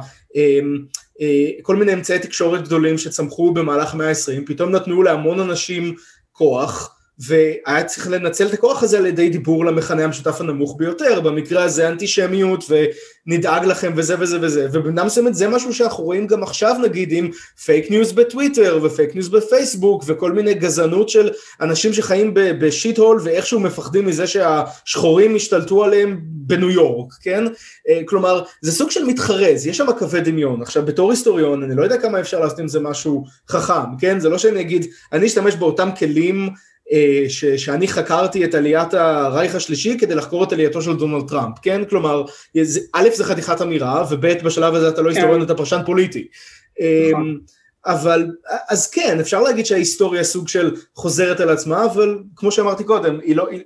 S2: כל מיני אמצעי תקשורת גדולים שצמחו במהלך המאה ה-20, פתאום נתנו להמון אנשים כוח, והיה צריך לנצל את הכוח הזה על ידי דיבור למכנה המשותף הנמוך ביותר, במקרה הזה אנטישמיות ונדאג לכם וזה וזה וזה, ובנם מסוימת זה משהו שאנחנו רואים גם עכשיו נגיד עם פייק ניוז בטוויטר ופייק ניוז בפייסבוק וכל מיני גזענות של אנשים שחיים בשיט הול ואיכשהו מפחדים מזה שהשחורים השתלטו עליהם בניו יורק, כן? כלומר זה סוג של מתחרז, יש שם קווי דמיון, עכשיו בתור היסטוריון אני לא יודע כמה אפשר לעשות עם זה משהו חכם, כן? זה לא שאני אגיד, אני אשתמש באותם כלים שאני חקרתי את עליית הרייך השלישי כדי לחקור את עלייתו של דונלד טראמפ, כן? כלומר, א' זה חתיכת אמירה, וב' בשלב הזה אתה לא היסטוריון, אתה פרשן פוליטי. אבל, אז כן, אפשר להגיד שההיסטוריה סוג של חוזרת על עצמה, אבל כמו שאמרתי קודם,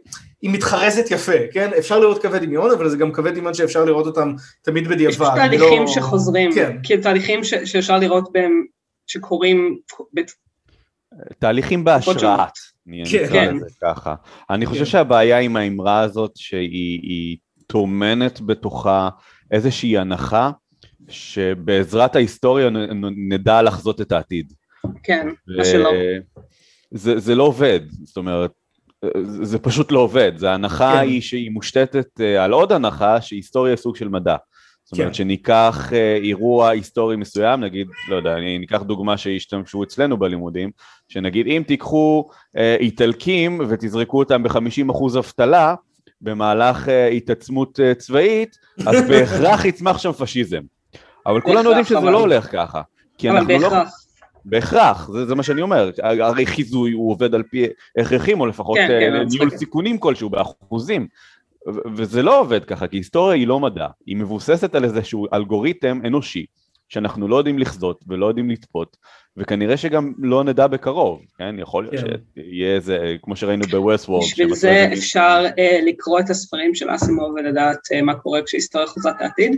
S2: היא מתחרזת יפה, כן? אפשר לראות קווי דמיון, אבל זה גם קווי דמיון שאפשר לראות אותם תמיד בדיעבד.
S3: יש תהליכים שחוזרים, כי תהליכים שאפשר לראות בהם, שקורים...
S1: תהליכים בהשראת, נקרא לזה ככה. אני חושב שהבעיה עם האמרה הזאת, שהיא תומנת בתוכה איזושהי הנחה, שבעזרת ההיסטוריה נדע לחזות את העתיד.
S3: כן, מה שלא.
S1: זה לא עובד, זאת אומרת, זה פשוט לא עובד, זה ההנחה היא שהיא מושתתת על עוד הנחה, שהיסטוריה סוג של מדע. זאת אומרת שניקח אירוע היסטורי מסוים, נגיד, לא יודע, ניקח דוגמה שהשתמשו אצלנו בלימודים, שנגיד אם תיקחו איטלקים ותזרקו אותם ב-50% אבטלה, במהלך התעצמות צבאית, אז בהכרח יצמח שם פשיזם. אבל כולנו יודעים שזה לא הולך ככה.
S3: אבל בהכרח.
S1: בהכרח, זה מה שאני אומר, הרי חיזוי הוא עובד על פי הכרחים, או לפחות ניהול סיכונים כלשהו באחוזים, וזה לא עובד ככה, כי היסטוריה היא לא מדע, היא מבוססת על איזשהו אלגוריתם אנושי, שאנחנו לא יודעים לחזות ולא יודעים לצפות, וכנראה שגם לא נדע בקרוב, כן? יכול להיות שיהיה איזה, כמו שראינו בווסטוורד.
S3: בשביל זה אפשר לקרוא את הספרים של אסימוב ולדעת מה קורה כשהיסטוריה חוזרת העתיד.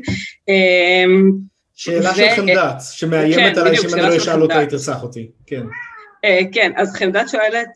S2: שאלה של חמדת, שמאיימת עליי שאם אני לא אשאל אותה, היא תרצח אותי, כן.
S3: כן, אז חמדת שואלת,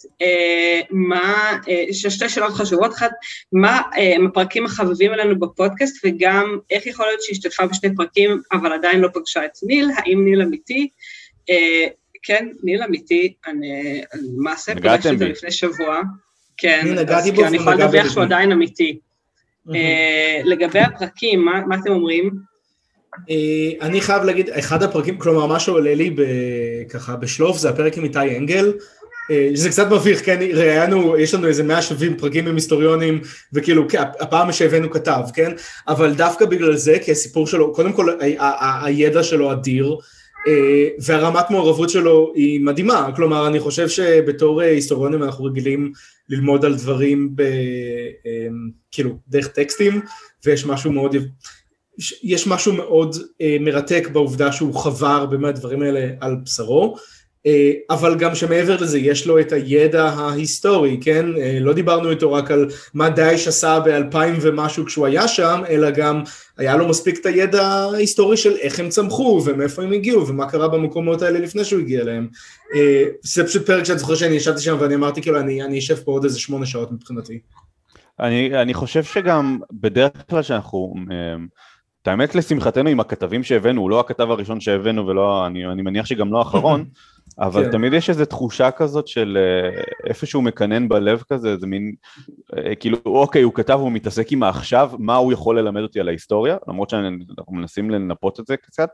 S3: שתי שאלות חשובות, אחת, מה הפרקים החביבים עלינו בפודקאסט, וגם איך יכול להיות שהשתתפה בשני פרקים, אבל עדיין לא פגשה את ניל, האם ניל אמיתי? כן, ניל אמיתי, אני מעשה פגשתי את זה לפני שבוע, כן, כי אני יכולה לדווח שהוא עדיין אמיתי. לגבי הפרקים, מה אתם אומרים?
S2: אני חייב להגיד, אחד הפרקים, כלומר מה שעולה לי ככה בשלוף, זה הפרק עם איתי אנגל, זה קצת מביך, כן, ראיינו, יש לנו איזה 170 פרקים עם היסטוריונים, וכאילו הפעם שהבאנו כתב, כן, אבל דווקא בגלל זה, כי הסיפור שלו, קודם כל הידע שלו אדיר, והרמת מעורבות שלו היא מדהימה, כלומר אני חושב שבתור היסטוריונים אנחנו רגילים ללמוד על דברים כאילו דרך טקסטים, ויש משהו מאוד... יש משהו מאוד מרתק בעובדה שהוא חווה הרבה מהדברים האלה על בשרו, אבל גם שמעבר לזה יש לו את הידע ההיסטורי, כן? לא דיברנו איתו רק על מה דאעש עשה ב-2000 ומשהו כשהוא היה שם, אלא גם היה לו מספיק את הידע ההיסטורי של איך הם צמחו ומאיפה הם הגיעו ומה קרה במקומות האלה לפני שהוא הגיע אליהם. זה פשוט פרק שאני זוכר שאני ישבתי שם ואני אמרתי כאילו אני אשב פה עוד איזה 8 שעות מבחינתי.
S1: אני חושב שגם בדרך כלל שאנחנו... האמת לשמחתנו עם הכתבים שהבאנו, הוא לא הכתב הראשון שהבאנו ולא, אני מניח שגם לא האחרון, אבל תמיד יש איזו תחושה כזאת של איפשהו מקנן בלב כזה, זה מין, כאילו אוקיי, הוא כתב, הוא מתעסק עם העכשיו, מה הוא יכול ללמד אותי על ההיסטוריה, למרות שאנחנו מנסים לנפות את זה קצת,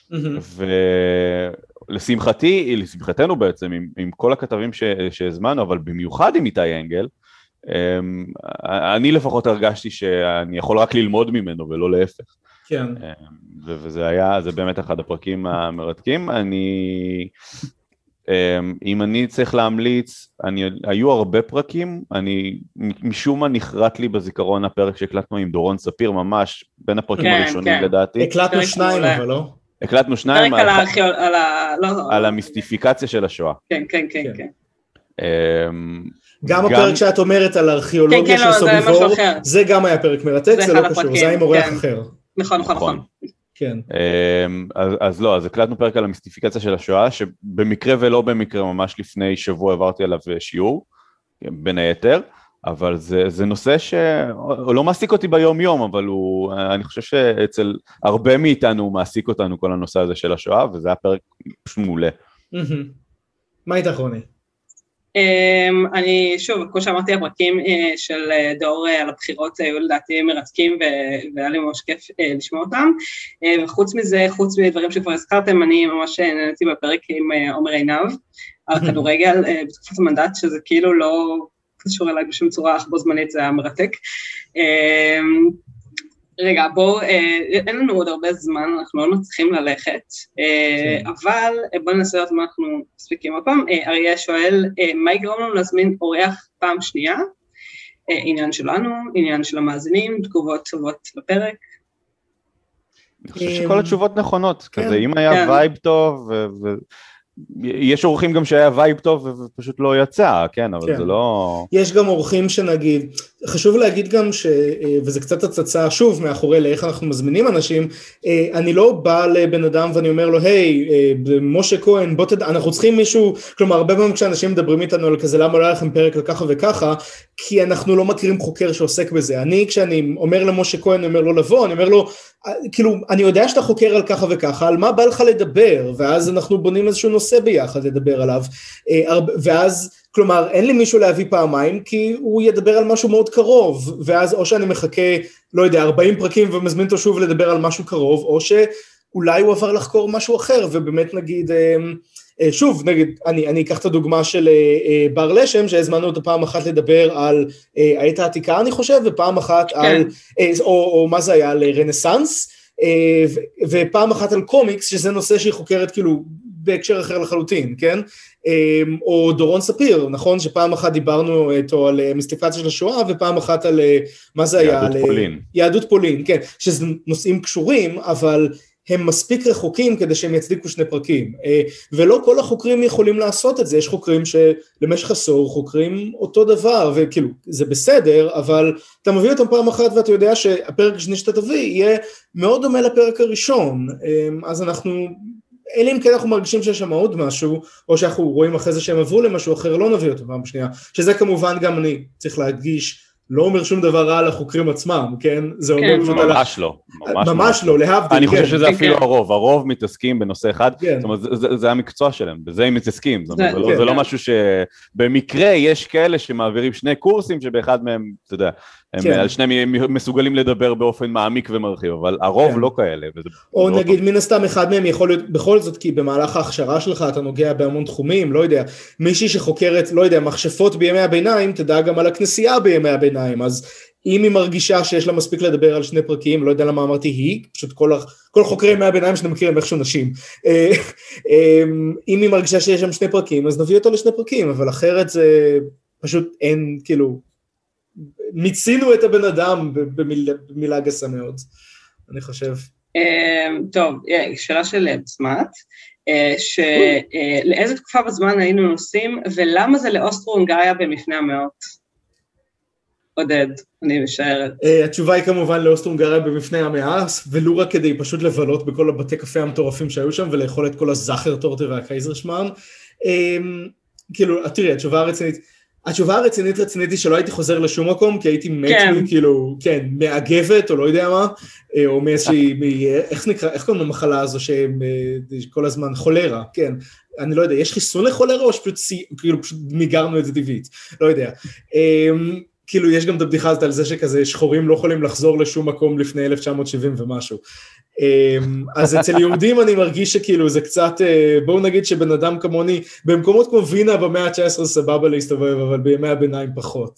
S1: ולשמחתנו בעצם, עם כל הכתבים שהזמנו, אבל במיוחד עם איתי אנגל, אני לפחות הרגשתי שאני יכול רק ללמוד ממנו ולא להפך.
S2: כן.
S1: זה באמת אחד הפרקים המרתקים. אם אני צריך להמליץ, היו הרבה פרקים, משום מה נחרט לי בזיכרון הפרק שהקלטנו עם דורון ספיר, ממש בין הפרקים הראשונים לדעתי.
S2: הקלטנו 2 אבל לא?
S1: הקלטנו 2 על המיסטיפיקציה של השואה.
S3: כן, כן, כן, כן.
S2: גם הפרק שאת אומרת על הארכיאולוגיה של סוביבור, זה גם היה פרק מרתק, זה לא קשור, זה היה עם אורח אחר.
S3: נכון, נכון, נכון.
S2: כן.
S1: אז לא, אז הקלטנו פרק על המיסטיפיקציה של השואה, שבמקרה ולא במקרה, ממש לפני שבוע עברתי עליו שיעור, בין היתר, אבל זה נושא שלא מעסיק אותי ביום יום, אבל אני חושב שאצל הרבה מאיתנו הוא מעסיק אותנו כל הנושא הזה של השואה, וזה היה פרק פשוט מעולה.
S2: מה איתך רוני?
S3: אני שוב, כמו שאמרתי, הפרקים של דור על הבחירות היו לדעתי מרתקים והיה לי ממש כיף לשמוע אותם, וחוץ מזה, חוץ מדברים שכבר הזכרתם, אני ממש נהניתי בפרק עם עומר עינב על כדורגל בתקופת המנדט, שזה כאילו לא קשור אליי בשום צורה, אך בו זמנית זה היה מרתק. רגע, בואו, אין לנו עוד הרבה זמן, אנחנו לא מצליחים ללכת, אבל בואו ננסה לראות מה אנחנו מספיקים הפעם. אריה שואל, מה יגרום לנו להזמין אורח פעם שנייה? עניין שלנו, עניין של המאזינים, תגובות טובות לפרק.
S1: אני חושב שכל התשובות נכונות, כזה, אם היה וייב טוב, יש אורחים גם שהיה וייב טוב ופשוט לא יצא, כן, אבל זה לא...
S2: יש גם אורחים שנגיד, חשוב להגיד גם וזה קצת הצצה שוב מאחורי לאיך אנחנו מזמינים אנשים, אני לא בא לבן אדם ואני אומר לו, היי, משה כהן, בוא תדע, אנחנו צריכים מישהו, כלומר, הרבה פעמים כשאנשים מדברים איתנו על כזה, למה לא היה לכם פרק לככה וככה, כי אנחנו לא מכירים חוקר שעוסק בזה. כשאני אומר למשה כהן, אני אומר לו לבוא, אני אומר לו, כאילו, אני יודע שאתה חוקר על ככה וככה, על מה בא לך לדבר, ואז אנחנו בונים איזשהו נושא ביחד לדבר עליו, ואז, כלומר, אין לי מישהו להביא פעמיים, כי הוא ידבר על משהו מאוד קרוב, ואז או שאני מחכה, לא יודע, 40 פרקים ומזמין אותו שוב לדבר על משהו קרוב, או שאולי הוא עבר לחקור משהו אחר, ובאמת נגיד, שוב, נגיד, אני אקח את הדוגמה של בר לשם, שהזמנו אותו פעם אחת לדבר על העת העתיקה, אני חושב, ופעם אחת על, או מה זה היה, על רנסנס, ופעם אחת על קומיקס, שזה נושא שהיא חוקרת כאילו בהקשר אחר לחלוטין, כן? או דורון ספיר, נכון? שפעם אחת דיברנו איתו על מיסטיפציה של השואה, ופעם אחת על, מה זה היה?
S1: יהדות פולין.
S2: יהדות פולין, כן, שזה נושאים קשורים, אבל הם מספיק רחוקים כדי שהם יצדיקו שני פרקים, ולא כל החוקרים יכולים לעשות את זה, יש חוקרים שלמשך עשור חוקרים אותו דבר, וכאילו זה בסדר, אבל אתה מביא אותם פעם אחת ואתה יודע שהפרק השני שאתה תביא יהיה מאוד דומה לפרק הראשון, אז אנחנו, אלא אם כן אנחנו מרגישים שיש שם עוד משהו, או שאנחנו רואים אחרי זה שהם עברו למשהו אחר, לא נביא אותו פעם שנייה, שזה כמובן גם אני צריך להדגיש, לא אומר שום דבר רע על החוקרים עצמם, כן? זה אומר
S1: ממש לא.
S2: ממש לא, להבדיל.
S1: אני חושב שזה אפילו הרוב מתעסקים בנושא אחד, זאת אומרת, זה המקצוע שלהם, בזה הם מתעסקים, זה לא משהו שבמקרה יש כאלה שמעבירים שני קורסים, שבאחד מהם, אתה יודע, על שניהם מסוגלים לדבר באופן מעמיק ומרחיב, אבל הרוב לא כאלה.
S2: או נגיד, מן הסתם אחד מהם יכול להיות, בכל זאת, כי במהלך ההכשרה שלך אתה נוגע בהמון תחומים, לא יודע, מישהי שחוקרת, לא יודע, מכשפות בימי הביניים, תדע גם על הכנסייה בימי הביניים, אז אם היא מרגישה שיש לה מספיק לדבר על שני פרקים, לא יודע למה אמרתי היא, פשוט כל חוקרי ימי הביניים שאתם מכירים איכשהו נשים, אם היא מרגישה שיש שם שני פרקים, אז נביא אותו לשני פרקים, אבל אחרת זה פשוט אין, כאילו, מיצינו את הבן אדם במילה גסה מאוד, אני חושב.
S3: טוב, שאלה של צמת, שלאיזה תקופה בזמן היינו נוסעים, ולמה זה לאוסטרו-הונגריה במפנה המאות? עודד, אני משערת.
S2: התשובה היא כמובן לאוסטרו-הונגריה במפנה המאה, ולו רק כדי פשוט לבלות בכל הבתי קפה המטורפים שהיו שם, ולאכול את כל הזכר טורטה והקייזרשמן. כאילו, תראי, התשובה הרצינית היא שלא הייתי חוזר לשום מקום, כי הייתי מת כאילו, כן, מאגבת, או לא יודע מה, או מאיזושהי, איך קוראים למחלה הזו, שכל הזמן חולרה, כן, אני לא יודע, יש חיסון לחולרה, או שפשוט מיגרנו את זה טבעית, לא יודע. כאילו, יש גם את הבדיחה הזאת על זה שכזה, שחורים לא יכולים לחזור לשום מקום לפני 1970 ומשהו. אז אצל יהודים אני מרגיש שכאילו זה קצת, בואו נגיד שבן אדם כמוני, במקומות כמו וינה במאה ה-19 סבבה להסתובב, אבל בימי הביניים פחות.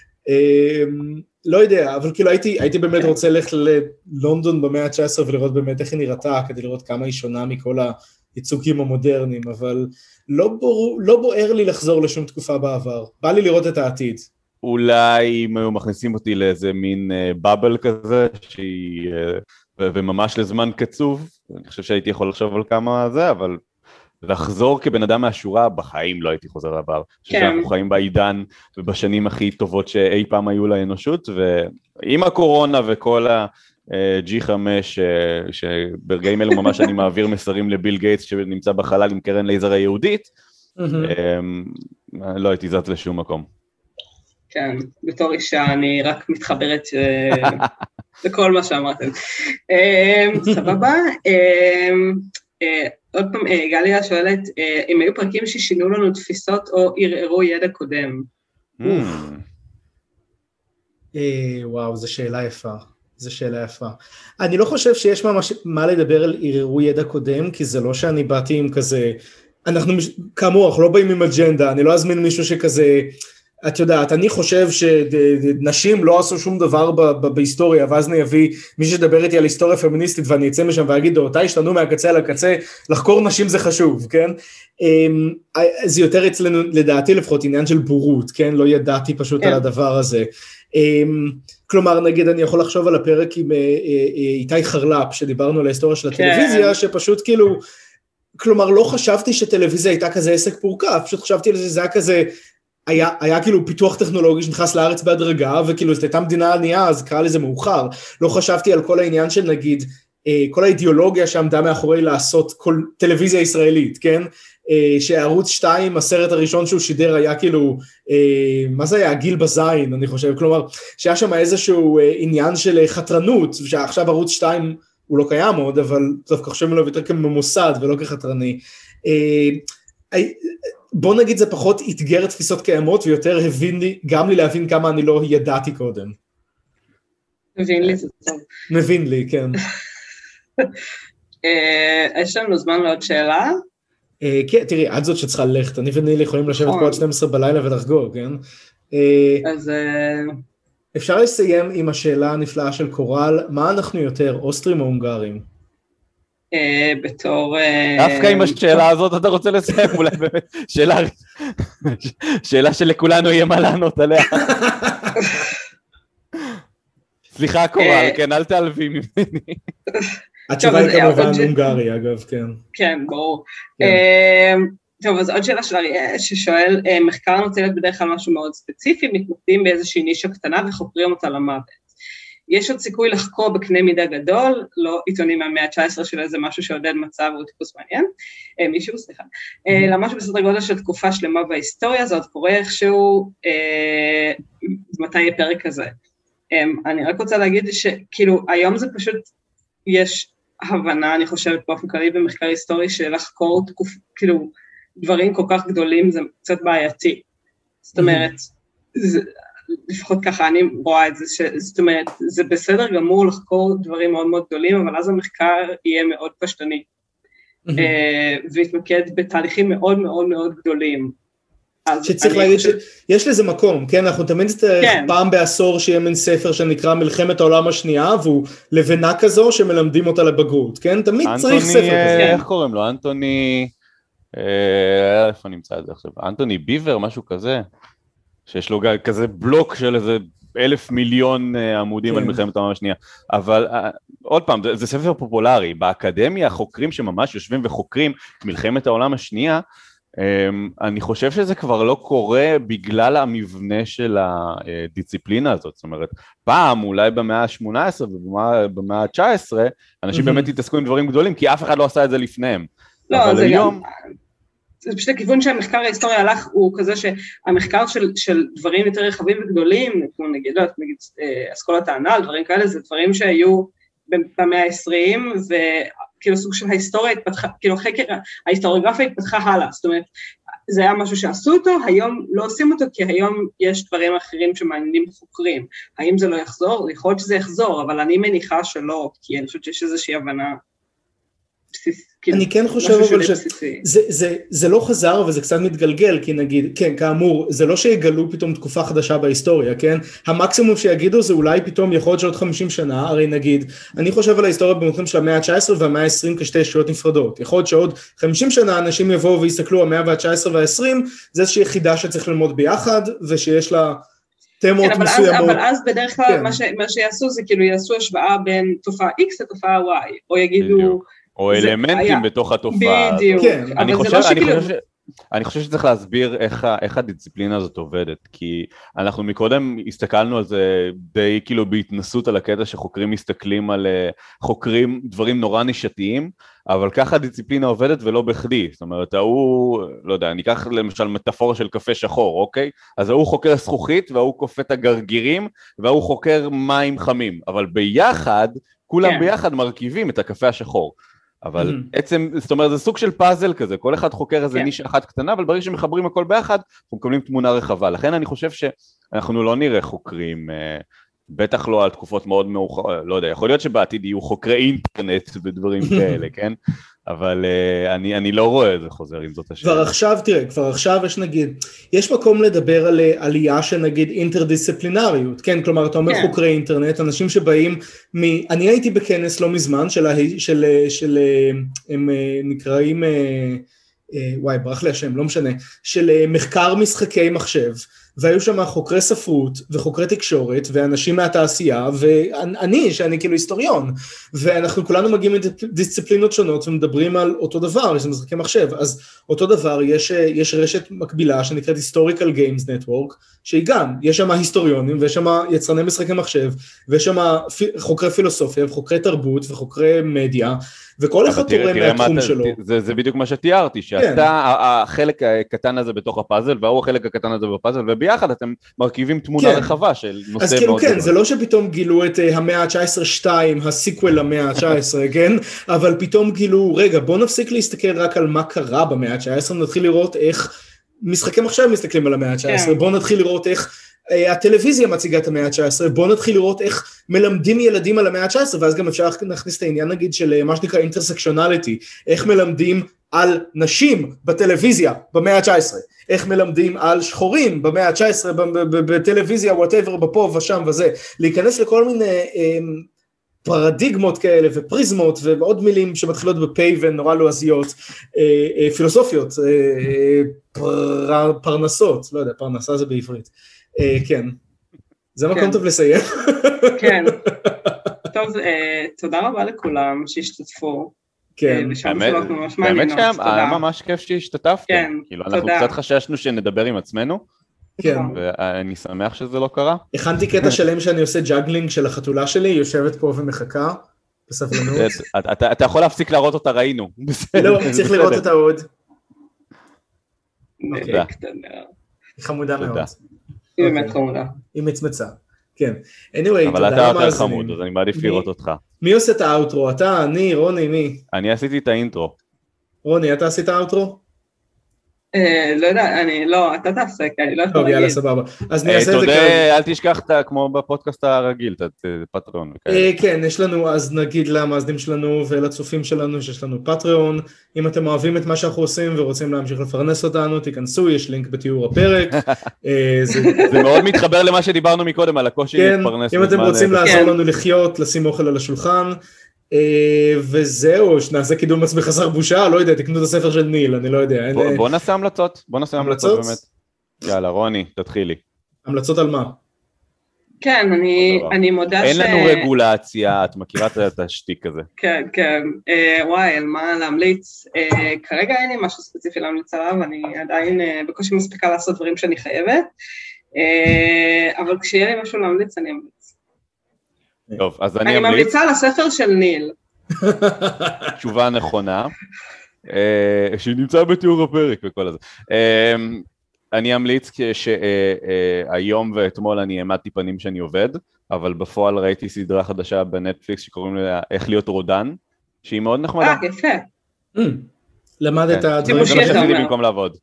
S2: לא יודע, אבל כאילו הייתי באמת רוצה ללכת ללונדון במאה ה-19 ולראות באמת איך היא נראתה, כדי לראות כמה היא שונה מכל הייצוגים המודרניים, אבל לא בוער לי לחזור לשום תקופה בעבר, בא לי לראות את העתיד.
S1: אולי אם היו מכניסים אותי לאיזה מין בבל כזה, וממש לזמן קצוב, אני חושב שהייתי יכול לחשוב על כמה זה, אבל לחזור כבן אדם מהשורה, בחיים לא הייתי חוזר לעבר. שאנחנו חיים בעידן ובשנים הכי טובות שאי פעם היו לאנושות, ועם הקורונה וכל ה-G5, שברגעים אלו ממש אני מעביר מסרים לביל גייטס, שנמצא בחלל עם קרן לייזר היהודית, לא הייתי זז לשום מקום.
S3: כן, בתור אישה אני רק מתחברת לכל מה שאמרתם. סבבה. עוד פעם, גליה שואלת, אם היו פרקים ששינו לנו תפיסות או ערערו ידע קודם?
S2: וואו, זו שאלה יפה. אני לא חושב שיש מה לדבר על ערערו ידע קודם, כי זה לא שאני באתי עם כזה, אנחנו כאמור, אנחנו לא באים עם אג'נדה, אני לא אזמין מישהו שכזה, את יודעת, אני חושב שנשים לא עשו שום דבר בהיסטוריה, ואז אני אביא מי שדבר איתי על היסטוריה פמיניסטית, ואני אצא משם ואגיד, אותה השתנו מהקצה לקצה, לחקור נשים זה חשוב, כן? זה יותר אצלנו, לדעתי לפחות, עניין של בורות, כן? לא ידעתי פשוט על הדבר הזה. כלומר, נגיד, אני יכול לחשוב על הפרק עם איתי חרל"פ, שדיברנו על ההיסטוריה של הטלוויזיה, שפשוט כאילו, כלומר, לא חשבתי שטלוויזיה הייתה כזה עסק פורקה, פשוט חשבתי על זה, זה היה כזה, היה כאילו פיתוח טכנולוגי שנכנס לארץ בהדרגה, וכאילו זאת הייתה מדינה ענייה, אז קרא לזה מאוחר. לא חשבתי על כל העניין של נגיד, כל האידיאולוגיה שעמדה מאחורי לעשות כל טלוויזיה ישראלית, כן? שערוץ 2, הסרט הראשון שהוא שידר היה כאילו, מה זה היה? גיל בזין, אני חושב, כלומר, שהיה שם איזשהו עניין של חתרנות, שעכשיו ערוץ 2 הוא לא קיים עוד, אבל דווקא חושבים עליו יותר כממוסד ולא כחתרני. בוא נגיד זה פחות אתגר תפיסות קיימות, ויותר הבין לי, גם לי להבין כמה אני לא ידעתי קודם.
S3: מבין לי, זה טוב.
S2: מבין לי, כן.
S3: יש לנו זמן לעוד שאלה?
S2: כן, תראי, את זאת שצריכה ללכת, אני וניל יכולים לשבת פה עד 12 בלילה ולחגור, כן?
S3: אז...
S2: אפשר לסיים עם השאלה הנפלאה של קורל, מה אנחנו יותר, אוסטרים או הונגרים?
S3: בתור...
S1: דווקא עם השאלה הזאת אתה רוצה לסיים, אולי באמת, שאלה שלכולנו יהיה מה לענות עליה. סליחה קורל, כן, אל תעלבי ממני.
S2: התשובה היא כמובן הונגרי, אגב, כן.
S3: כן, ברור. טוב, אז עוד שאלה של אריה, ששואל, מחקר נוטה להיות בדרך כלל משהו מאוד ספציפי, מתמקדים באיזושהי נישה קטנה וחוקרים אותה למוות. יש עוד סיכוי לחקור בקנה מידה גדול, לא עיתונים מהמאה ה-19 של איזה משהו שעודד מצב הוא טיפוס מעניין, מישהו, סליחה, למשהו בסדר גודל של תקופה שלמה בהיסטוריה, זה עוד קורה איכשהו, מתי יהיה פרק כזה. אני רק רוצה להגיד שכאילו היום זה פשוט, יש הבנה, אני חושבת באופן כללי במחקר היסטורי, שלחקור כאילו דברים כל כך גדולים זה קצת בעייתי. זאת אומרת, לפחות ככה אני רואה את זה, זאת אומרת, זה בסדר גמור לחקור דברים מאוד מאוד גדולים, אבל אז המחקר יהיה מאוד פשטני, והתמקד בתהליכים מאוד מאוד מאוד גדולים.
S2: שצריך להגיד שיש לזה מקום, כן, אנחנו תמיד פעם בעשור שיהיה מן ספר שנקרא מלחמת העולם השנייה, והוא לבנה כזו שמלמדים אותה לבגרות, כן, תמיד צריך ספר כזה.
S1: איך קוראים לו? אנטוני, איפה נמצא את זה עכשיו? אנטוני ביבר, משהו כזה, שיש לו כזה בלוק של איזה 1,000,000,000 עמודים על מלחמת העולם השנייה, אבל עוד פעם, זה ספר פופולרי, באקדמיה החוקרים שממש יושבים וחוקרים מלחמת העולם השנייה, אני חושב שזה כבר לא קורה בגלל המבנה של הדיציפלינה הזאת, זאת אומרת, פעם אולי במאה ה-18 ובמאה ה-19, אנשים באמת התעסקו עם דברים גדולים, כי אף אחד לא עשה את זה לפניהם.
S3: לא, זה היום... זה פשוט הכיוון שהמחקר ההיסטורי הלך, הוא כזה שהמחקר של דברים יותר רחבים וגדולים, כמו נגיד, לא, נגיד, אסכולת הענל, דברים כאלה, זה דברים שהיו במאה ה-20, וכאילו סוג של ההיסטוריה התפתחה, כאילו חקר, ההיסטוריוגרפיה התפתחה הלאה, זאת אומרת, זה היה משהו שעשו אותו, היום לא עושים אותו, כי היום יש דברים אחרים שמעניינים חוקרים. האם זה לא יחזור? יכול להיות שזה יחזור, אבל אני מניחה שלא, כי אני חושבת שיש איזושהי הבנה בסיסית.
S2: אני כן חושב אבל שזה לא חזר וזה קצת מתגלגל, כי נגיד, כן, כאמור, זה לא שיגלו פתאום תקופה חדשה בהיסטוריה, כן? המקסימום שיגידו זה אולי פתאום יכול להיות שעוד 50 שנה, הרי נגיד, אני חושב על ההיסטוריה במונחים של המאה ה-19 והמאה ה-20 כשתי ישויות נפרדות. יכול להיות שעוד 50 שנה אנשים יבואו ויסתכלו המאה ה-19 וה-20, זה איזושהי יחידה שצריך ללמוד ביחד, ושיש לה תמות מסוימות.
S3: אבל אז בדרך כלל מה שיעשו זה כאילו יעשו השוואה בין תופעה X לתופעה Y, או יגידו...
S1: או אלמנטים בתוך התופעה.
S3: בדיוק.
S1: אני חושב שצריך להסביר איך הדיציפלינה הזאת עובדת, כי אנחנו מקודם הסתכלנו על זה די כאילו בהתנסות על הקטע שחוקרים מסתכלים על חוקרים דברים נורא נישתיים, אבל ככה הדיציפלינה עובדת ולא בכדי, זאת אומרת, הוא, לא יודע, אני אקח למשל מטאפורה של קפה שחור, אוקיי? אז הוא חוקר זכוכית והוא קופא את הגרגירים והוא חוקר מים חמים, אבל ביחד, כולם ביחד מרכיבים את הקפה השחור. אבל בעצם, זאת אומרת, זה סוג של פאזל כזה, כל אחד חוקר איזה נישה אחת קטנה, אבל ברגע שמחברים הכל ביחד, אנחנו מקבלים תמונה רחבה. לכן אני חושב שאנחנו לא נראה חוקרים, בטח לא על תקופות מאוד מאוחרות, לא יודע, יכול להיות שבעתיד יהיו חוקרי אינטרנט ודברים כאלה, כן? אבל אני לא רואה את זה חוזר עם זאת השאלה.
S2: כבר עכשיו, תראה, כבר עכשיו יש נגיד, יש מקום לדבר על עלייה של נגיד אינטרדיסציפלינריות, כן? כלומר, אתה אומר חוקרי אינטרנט, אנשים שבאים אני הייתי בכנס לא מזמן, הם נקראים, וואי, ברח לי השם, לא משנה, של מחקר משחקי מחשב, והיו שם חוקרי ספרות וחוקרי תקשורת ואנשים מהתעשייה ואני שאני כאילו היסטוריון ואנחנו כולנו מגיעים מדיסציפלינות שונות ומדברים על אותו דבר, יש משחקי מחשב, אז אותו דבר יש רשת מקבילה שנקראת Historical Games Network שהיא גם, יש שם היסטוריונים ויש שם יצרני משחקי מחשב ויש שם חוקרי פילוסופיה וחוקרי תרבות וחוקרי מדיה וכל אחד תורם מהתחום שלו.
S1: זה בדיוק מה שתיארתי, שאתה החלק הקטן הזה בתוך הפאזל, והוא החלק הקטן הזה בפאזל, וביחד אתם מרכיבים תמונה רחבה של נושא מאוד...
S2: אז כאילו כן, זה לא שפתאום גילו את המאה ה-19-2, הסיקוול למאה ה-19, כן? אבל פתאום גילו, רגע, בוא נפסיק להסתכל רק על מה קרה במאה ה-19, נתחיל לראות איך משחקי מחשב מסתכלים על המאה ה-19, בוא נתחיל לראות איך הטלוויזיה מציגה את המאה ה-19, בוא נתחיל לראות איך מלמדים ילדים על המאה ה-19, ואז גם אפשר להכניס את העניין נגיד של מה שנקרא אינטרסקשונליטי, איך מלמדים על נשים בטלוויזיה במאה ה-19, איך מלמדים על שחורים במאה ה-19 בטלוויזיה, whatever, בפה ושם וזה, להיכנס לכל מיני פרדיגמות כאלה ופריזמות ועוד מילים שמתחילות בפי ונורא לועזיות, פילוסופיות, פרנסות, לא יודע, פרנסה זה בעברית. כן, זה מקום טוב לסיים.
S3: כן, טוב, תודה רבה לכולם שהשתתפו.
S2: כן,
S1: באמת שהיה ממש כיף שהשתתפתם, כאילו אנחנו קצת חששנו שנדבר עם עצמנו, ואני שמח שזה לא קרה.
S2: הכנתי קטע שלם שאני עושה ג'אגלינג של החתולה שלי, היא יושבת פה ומחכה, בסבלנות.
S1: אתה יכול להפסיק להראות אותה, ראינו.
S2: לא, צריך לראות אותה עוד.
S3: תודה.
S2: היא חמודה מאוד.
S3: היא באמת חמודה.
S2: היא מצמצה, כן. anyway,
S1: אבל אתה יותר חמוד, אז אני מעדיף לראות אותך.
S2: מי עושה את האוטרו? אתה, אני, רוני, מי?
S1: אני עשיתי את האינטרו.
S2: רוני, אתה עשית האוטרו?
S3: לא יודע, לא, אתה תעשה, כי אני לא יכול
S2: להגיד. טוב, יאללה, סבבה. אז אני אעשה את זה
S1: כרגע. אל תשכח כמו בפודקאסט הרגיל, את פטריון.
S2: כן, יש לנו, אז נגיד למאזינים שלנו ולצופים שלנו שיש לנו פטריון. אם אתם אוהבים את מה שאנחנו עושים ורוצים להמשיך לפרנס אותנו, תיכנסו, יש לינק בתיאור הפרק.
S1: זה מאוד מתחבר למה שדיברנו מקודם, על הקושי להתפרנס.
S2: אם אתם רוצים לעזור לנו לחיות, לשים אוכל על השולחן, וזהו, שנעשה קידום עצמי חסר בושה, לא יודע, תקנו את הספר של ניל, אני לא יודע.
S1: בוא נעשה המלצות, באמת. יאללה, רוני, תתחילי.
S2: המלצות על מה?
S3: כן, אני מודה
S1: אין לנו רגולציה, את מכירה את השתיק הזה.
S3: כן, כן, וואי, על מה להמליץ? כרגע אין לי משהו ספציפי להמליץ עליו, אני עדיין בקושי מספיקה לעשות דברים שאני חייבת, אבל כשיהיה לי משהו להמליץ, אני אמליץ.
S1: טוב, אז אני
S3: ממליצה על הספר של ניל.
S1: תשובה נכונה, שנמצא בתיאור הפרק וכל הזה. אני אמליץ שהיום ואתמול אני העמדתי פנים שאני עובד, אבל בפועל ראיתי סדרה חדשה בנטפליקס שקוראים לה איך להיות רודן, שהיא מאוד נחמדה.
S3: יפה.
S2: למדת את
S1: זה מה שעשיתי במקום לעבוד.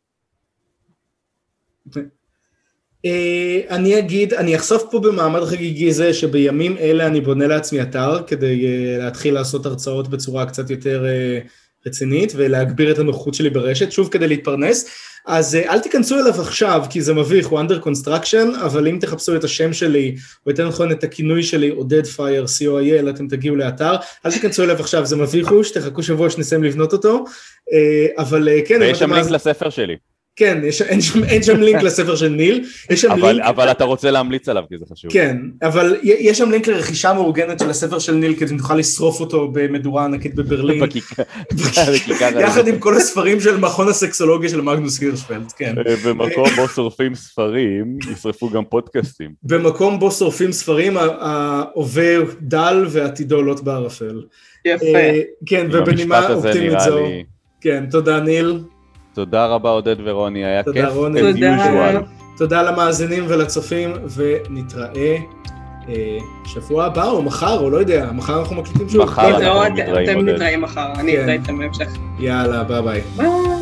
S2: אני אחשוף פה במעמד חגיגי זה שבימים אלה אני בונה לעצמי אתר כדי להתחיל לעשות הרצאות בצורה קצת יותר רצינית ולהגביר את הנוחות שלי ברשת, שוב כדי להתפרנס, אז אל תיכנסו אליו עכשיו כי זה מביך, הוא under construction, אבל אם תחפשו את השם שלי או יותר נכון את הכינוי שלי, עודד פייר, co.il, אתם תגיעו לאתר, אל תיכנסו אליו עכשיו, זה מביכוש, תחכו שבוע שנסיים לבנות אותו, אבל כן.
S1: ויש שם לינק לספר שלי.
S2: כן, אין שם לינק לספר של ניל, יש שם לינק...
S1: אבל אתה רוצה להמליץ עליו, כי זה חשוב.
S2: כן, אבל יש שם לינק לרכישה מאורגנת של הספר של ניל, כדי נוכל לשרוף אותו במדורה ענקית בברלין. יחד עם כל הספרים של מכון הסקסולוגיה של מגנוס הירשפלד, כן.
S1: במקום בו שורפים ספרים, ישרפו גם פודקאסטים.
S2: במקום בו שורפים ספרים, העובר דל ועתידו לוט בערפל.
S3: יפה.
S2: כן, ובנימה אופטימית זו. כן, תודה ניל.
S1: תודה רבה עודד ורוני, היה כיף.
S2: תודה רוני. תודה למאזינים ולצופים, ונתראה שבוע הבא או מחר, או לא יודע, מחר אנחנו מקליטים שוב.
S1: מחר אנחנו
S3: אתם מתראים מחר, אני אתראה איתם בהמשך.
S2: יאללה, ביי ביי.
S3: ביי.